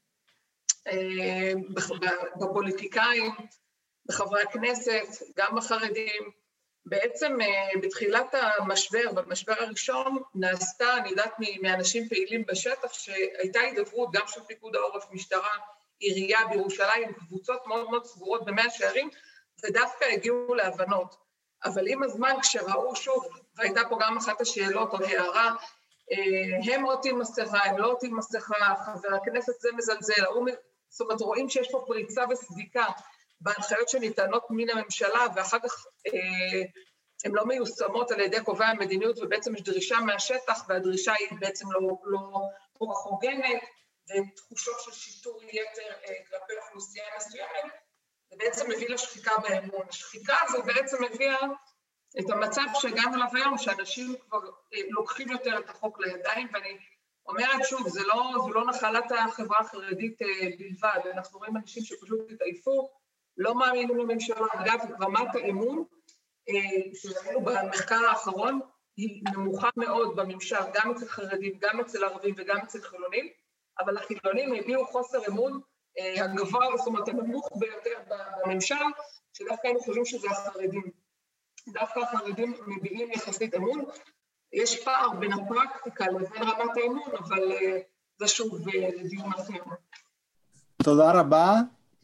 בפוליטיקאים, בחברי הכנסת, גם בחרדים. בעצם בתחילת המשבר, במשבר הראשון, נעשתה, אני יודעת מאנשים פעילים בשטח, שהייתה הידברות גם של פיקוד העורף, משטרה, עירייה בירושלים, קבוצות מאוד מאוד סגורות במאה שערים, ודווקא הגיעו להבנות. אבל עם הזמן, כשראו שוב, והייתה פה גם אחת השאלות או הערה, הם עוטים מסכה, הם לא עוטים מסכה, חבר הכנסת זה מזלזל, זאת אומרת, רואים שיש פה פריצה וסדיקה בהנחיות שניתנות מן הממשלה, ואחר כך הן לא מיושמות על ידי קובעי המדיניות, ובעצם יש דרישה מהשטח, והדרישה היא בעצם לא הוגנת, ותחושות של שיטור יתר כלפי אוכלוסייה מסוימת, זה בעצם מביא לשחיקה באמון. השחיקה הזו בעצם הביאה את המצב שהגענו אליו היום, שאנשים כבר לוקחים יותר את החוק לידיים, ואני אומרת שוב, זה לא נחלת החברה החרדית בלבד, אנחנו רואים אנשים שפשוט התעייפו, לא מאמינים לממשלה. אגב, רמת האמון, שראינו במחקר האחרון, היא נמוכה מאוד בממשל, גם אצל חרדים, גם אצל ערבים וגם אצל חילונים, אבל החילונים הביאו חוסר אמון הגבוה, זאת אומרת, הנמוך ביותר בממשל, שדווקא היינו חושבים שזה החרדים. דווקא החרדים מביאים יחסית אמון. יש פער בין הפרקטיקה לבין רמת האמון, אבל זה שוב לדיון אחר. תודה רבה.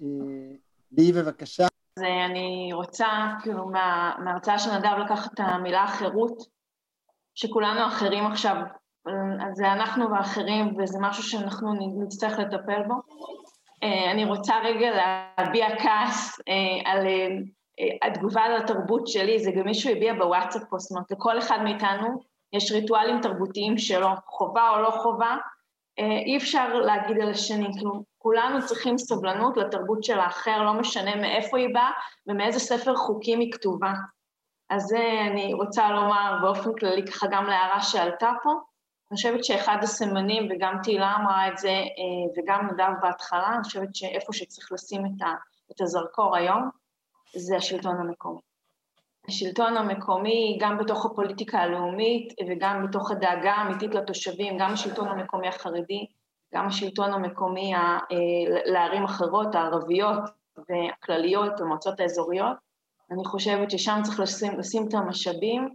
לי בבקשה. אז אני רוצה, כאילו, מההרצאה של נדב לקחת את המילה החירות, שכולנו אחרים עכשיו, אז זה אנחנו ואחרים, וזה משהו שאנחנו נצטרך לטפל בו. אני רוצה רגע להביע כעס על התגובה לתרבות שלי, זה גם מישהו הביע בוואטסאפ, זאת אומרת, לכל אחד מאיתנו יש ריטואלים תרבותיים שלו, חובה או לא חובה, אי אפשר להגיד על השני, כאילו, כולנו צריכים סובלנות לתרבות של האחר, לא משנה מאיפה היא באה ומאיזה ספר חוקים היא כתובה. אז אני רוצה לומר באופן כללי ככה גם להערה שעלתה פה, אני חושבת שאחד הסמנים, וגם תהילה אמרה את זה, וגם נדב בהתחלה, אני חושבת שאיפה שצריך לשים את הזרקור היום, זה השלטון המקומי. השלטון המקומי, גם בתוך הפוליטיקה הלאומית, וגם בתוך הדאגה האמיתית לתושבים, גם השלטון המקומי החרדי, גם השלטון המקומי לערים אחרות, הערביות והכלליות, המועצות האזוריות, אני חושבת ששם צריך לשים את המשאבים,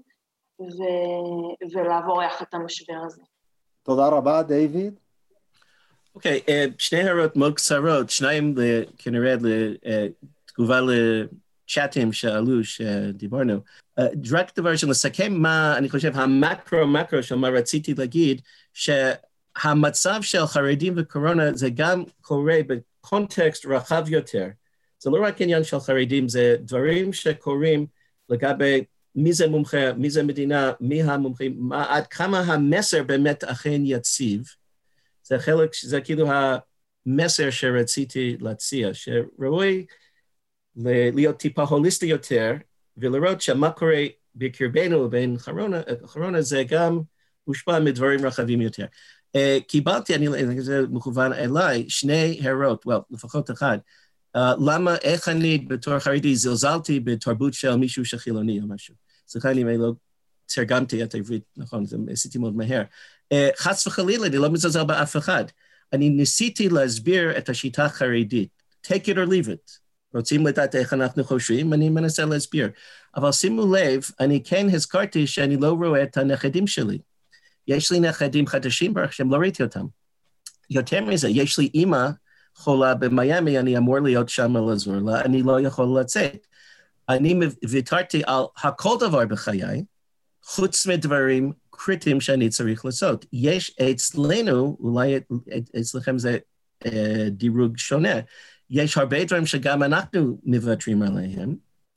ולעבור יחד את המשבר הזה. תודה רבה, דיוויד. אוקיי, שני הערות מאוד קצרות, שניים כנראה לתגובה לצ'אטים שעלו, שדיברנו. רק דבר שלסכם מה, אני חושב, המקרו של מה רציתי להגיד, שהמצב של חרדים וקורונה זה גם קורה בקונטקסט רחב יותר. זה לא רק עניין של חרדים, זה דברים שקורים לגבי מי זה מומחה, מי זה מדינה, מי המומחים, עד כמה המסר באמת אכן יציב. זה חלק, זה כאילו המסר שרציתי להציע, שראוי להיות טיפה הוליסטי יותר, ולראות שמה קורה בקרבנו בין קורונה זה גם מושפע מדברים רחבים יותר. קיבלתי, זה מכוון אליי, שני הערות, לפחות אחד. למה, איך אני בתור חרדי זלזלתי בתרבות של מישהו שחילוני או משהו? סליחה, אני לא תרגמתי את העברית, נכון, זה עשיתי מאוד מהר. חס וחלילה, אני לא מזלזל באף אחד. אני ניסיתי להסביר את השיטה החרדית. Take it or leave it. רוצים לדעת איך אנחנו חושבים, אני מנסה להסביר. אבל שימו לב, אני כן הזכרתי שאני לא רואה את הנכדים שלי. יש לי נכדים חדשים ברוך שהם לא ראיתי אותם. יותר מזה, יש לי אמא חולה במיימי, אני אמור להיות שם לעזור לה, אני לא יכול לצאת. אני ויתרתי על הכל דבר בחיי, חוץ מדברים קריטיים שאני צריך לעשות. יש אצלנו, אולי אצלכם זה דירוג שונה, יש הרבה דברים שגם אנחנו מוותרים עליהם,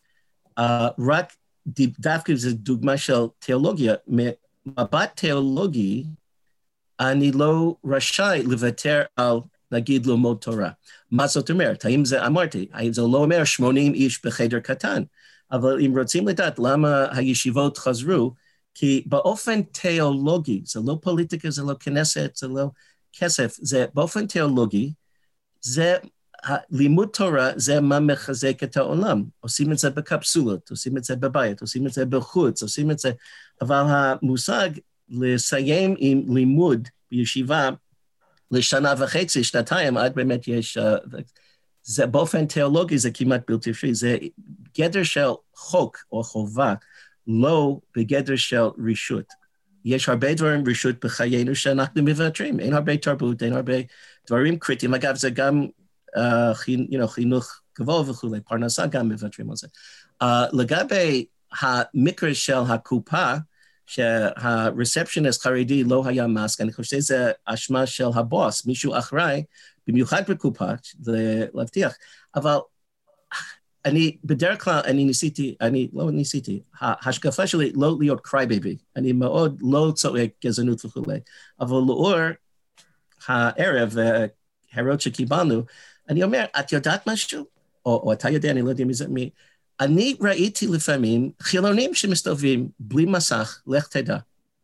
רק דווקא זו דוגמה של תיאולוגיה, מבט תיאולוגי, אני לא רשאי לוותר על, נגיד, ללמוד תורה. מה זאת אומרת? האם זה, אמרתי, האם זה לא אומר 80 איש בחדר קטן, אבל אם רוצים לדעת למה הישיבות חזרו, כי באופן תיאולוגי, זה לא פוליטיקה, זה לא כנסת, זה לא כסף, זה באופן תיאולוגי, זה לימוד תורה, זה מה מחזק את העולם. עושים את זה בקפסולות, עושים את זה בבית, עושים את זה בחוץ, עושים את זה, אבל המושג לסיים עם לימוד בישיבה לשנה וחצי, שנתיים, עד באמת יש, זה באופן תיאולוגי, זה כמעט בלתי אפשרי, זה גדר של חוק או חובה, לא בגדר של רשות. יש הרבה דברים רשות בחיינו שאנחנו מוותרים, אין הרבה תרבות, אין הרבה דברים קריטיים, אגב זה גם חינוך גבוה וכולי, פרנסה גם מוותרים על זה. לגבי המקרה של הקופה, שהרספשניסט חרדי לא היה מאסק, אני חושב שזה אשמה של הבוס, מישהו אחראי, במיוחד בקופה, להבטיח, אבל אני בדרך כלל, לא ניסיתי, ההשקפה שלי לא להיות קריי-בייבי, אני מאוד לא צועק גזענות וכולי, אבל לאור הערב, ההערות שקיבלנו, אני אומר, את יודעת משהו? או אתה יודע, אני לא יודע מי, אני ראיתי לפעמים חילונים שמסתובבים בלי מסך, לך תדע.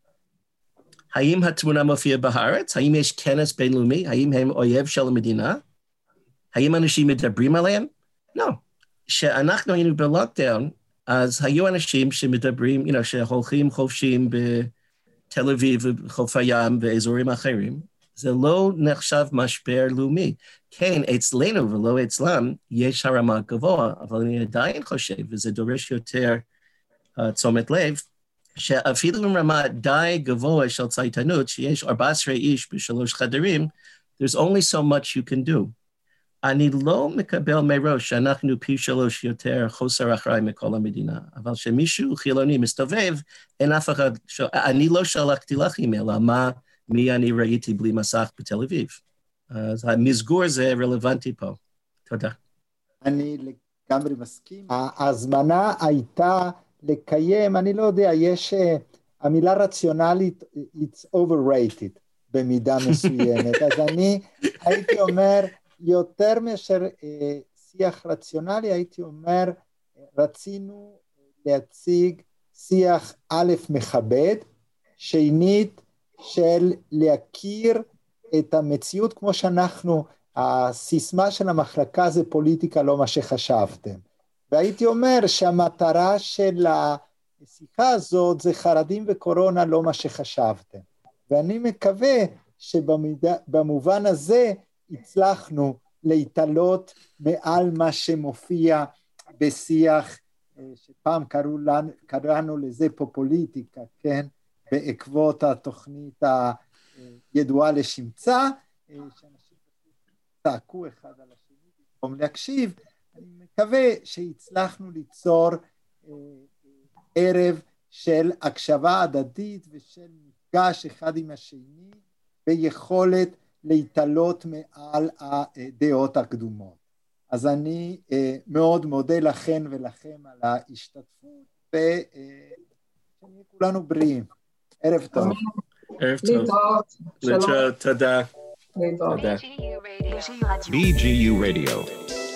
האם התמונה מופיעה בארץ? האם יש כנס בינלאומי? האם הם אויב של המדינה? האם אנשים מדברים עליהם? לא. כשאנחנו היינו בלוקדאון, אז היו אנשים שמדברים, שהולכים חופשיים בתל אביב, בחוף הים ואזורים אחרים. זה לא נחשב משבר לאומי. כן, אצלנו ולא אצלם יש הרמה גבוה, אבל אני עדיין חושב, וזה דורש יותר תשומת לב, שאפילו עם רמה די גבוה של צייתנות, שיש 14 איש בשלוש חדרים, there's only so much you can do. אני לא מקבל מראש שאנחנו פי 3 יותר חוסר אחראי מכל המדינה, אבל שמישהו חילוני מסתובב, אין אף אחד, אני לא שלחתי לך אימייל, מי אני ראיתי בלי מסך בתל אביב. אז המסגור זה רלוונטי פה. תודה. אני לגמרי מסכים. ההזמנה הייתה לקיים, אני לא יודע, יש, המילה רציונלית, it's overrated במידה מסוימת. אז אני הייתי אומר, יותר מאשר שיח רציונלי, הייתי אומר, רצינו להציג שיח א' מכבד, שנית, של להכיר את המציאות כמו שאנחנו, הסיסמה של המחלקה זה פוליטיקה לא מה שחשבתם. והייתי אומר שהמטרה של השיחה הזאת זה חרדים וקורונה לא מה שחשבתם. ואני מקווה שבמובן הזה הצלחנו להתעלות מעל מה שמופיע בשיח, שפעם קראנו לזה פופוליטיקה, כן? בעקבות התוכנית הידועה לשמצה, שאנשים צעקו אחד על השני במקום להקשיב. אני מקווה שהצלחנו ליצור ערב של הקשבה הדדית ושל מפגש אחד עם השני, ביכולת להתעלות מעל הדעות הקדומות. אז אני מאוד מודה לכן ולכם על ההשתתפות, ונהיה כולנו בריאים. ערב טוב. ערב טוב. להתראות. תודה. להתראות. BGU Radio.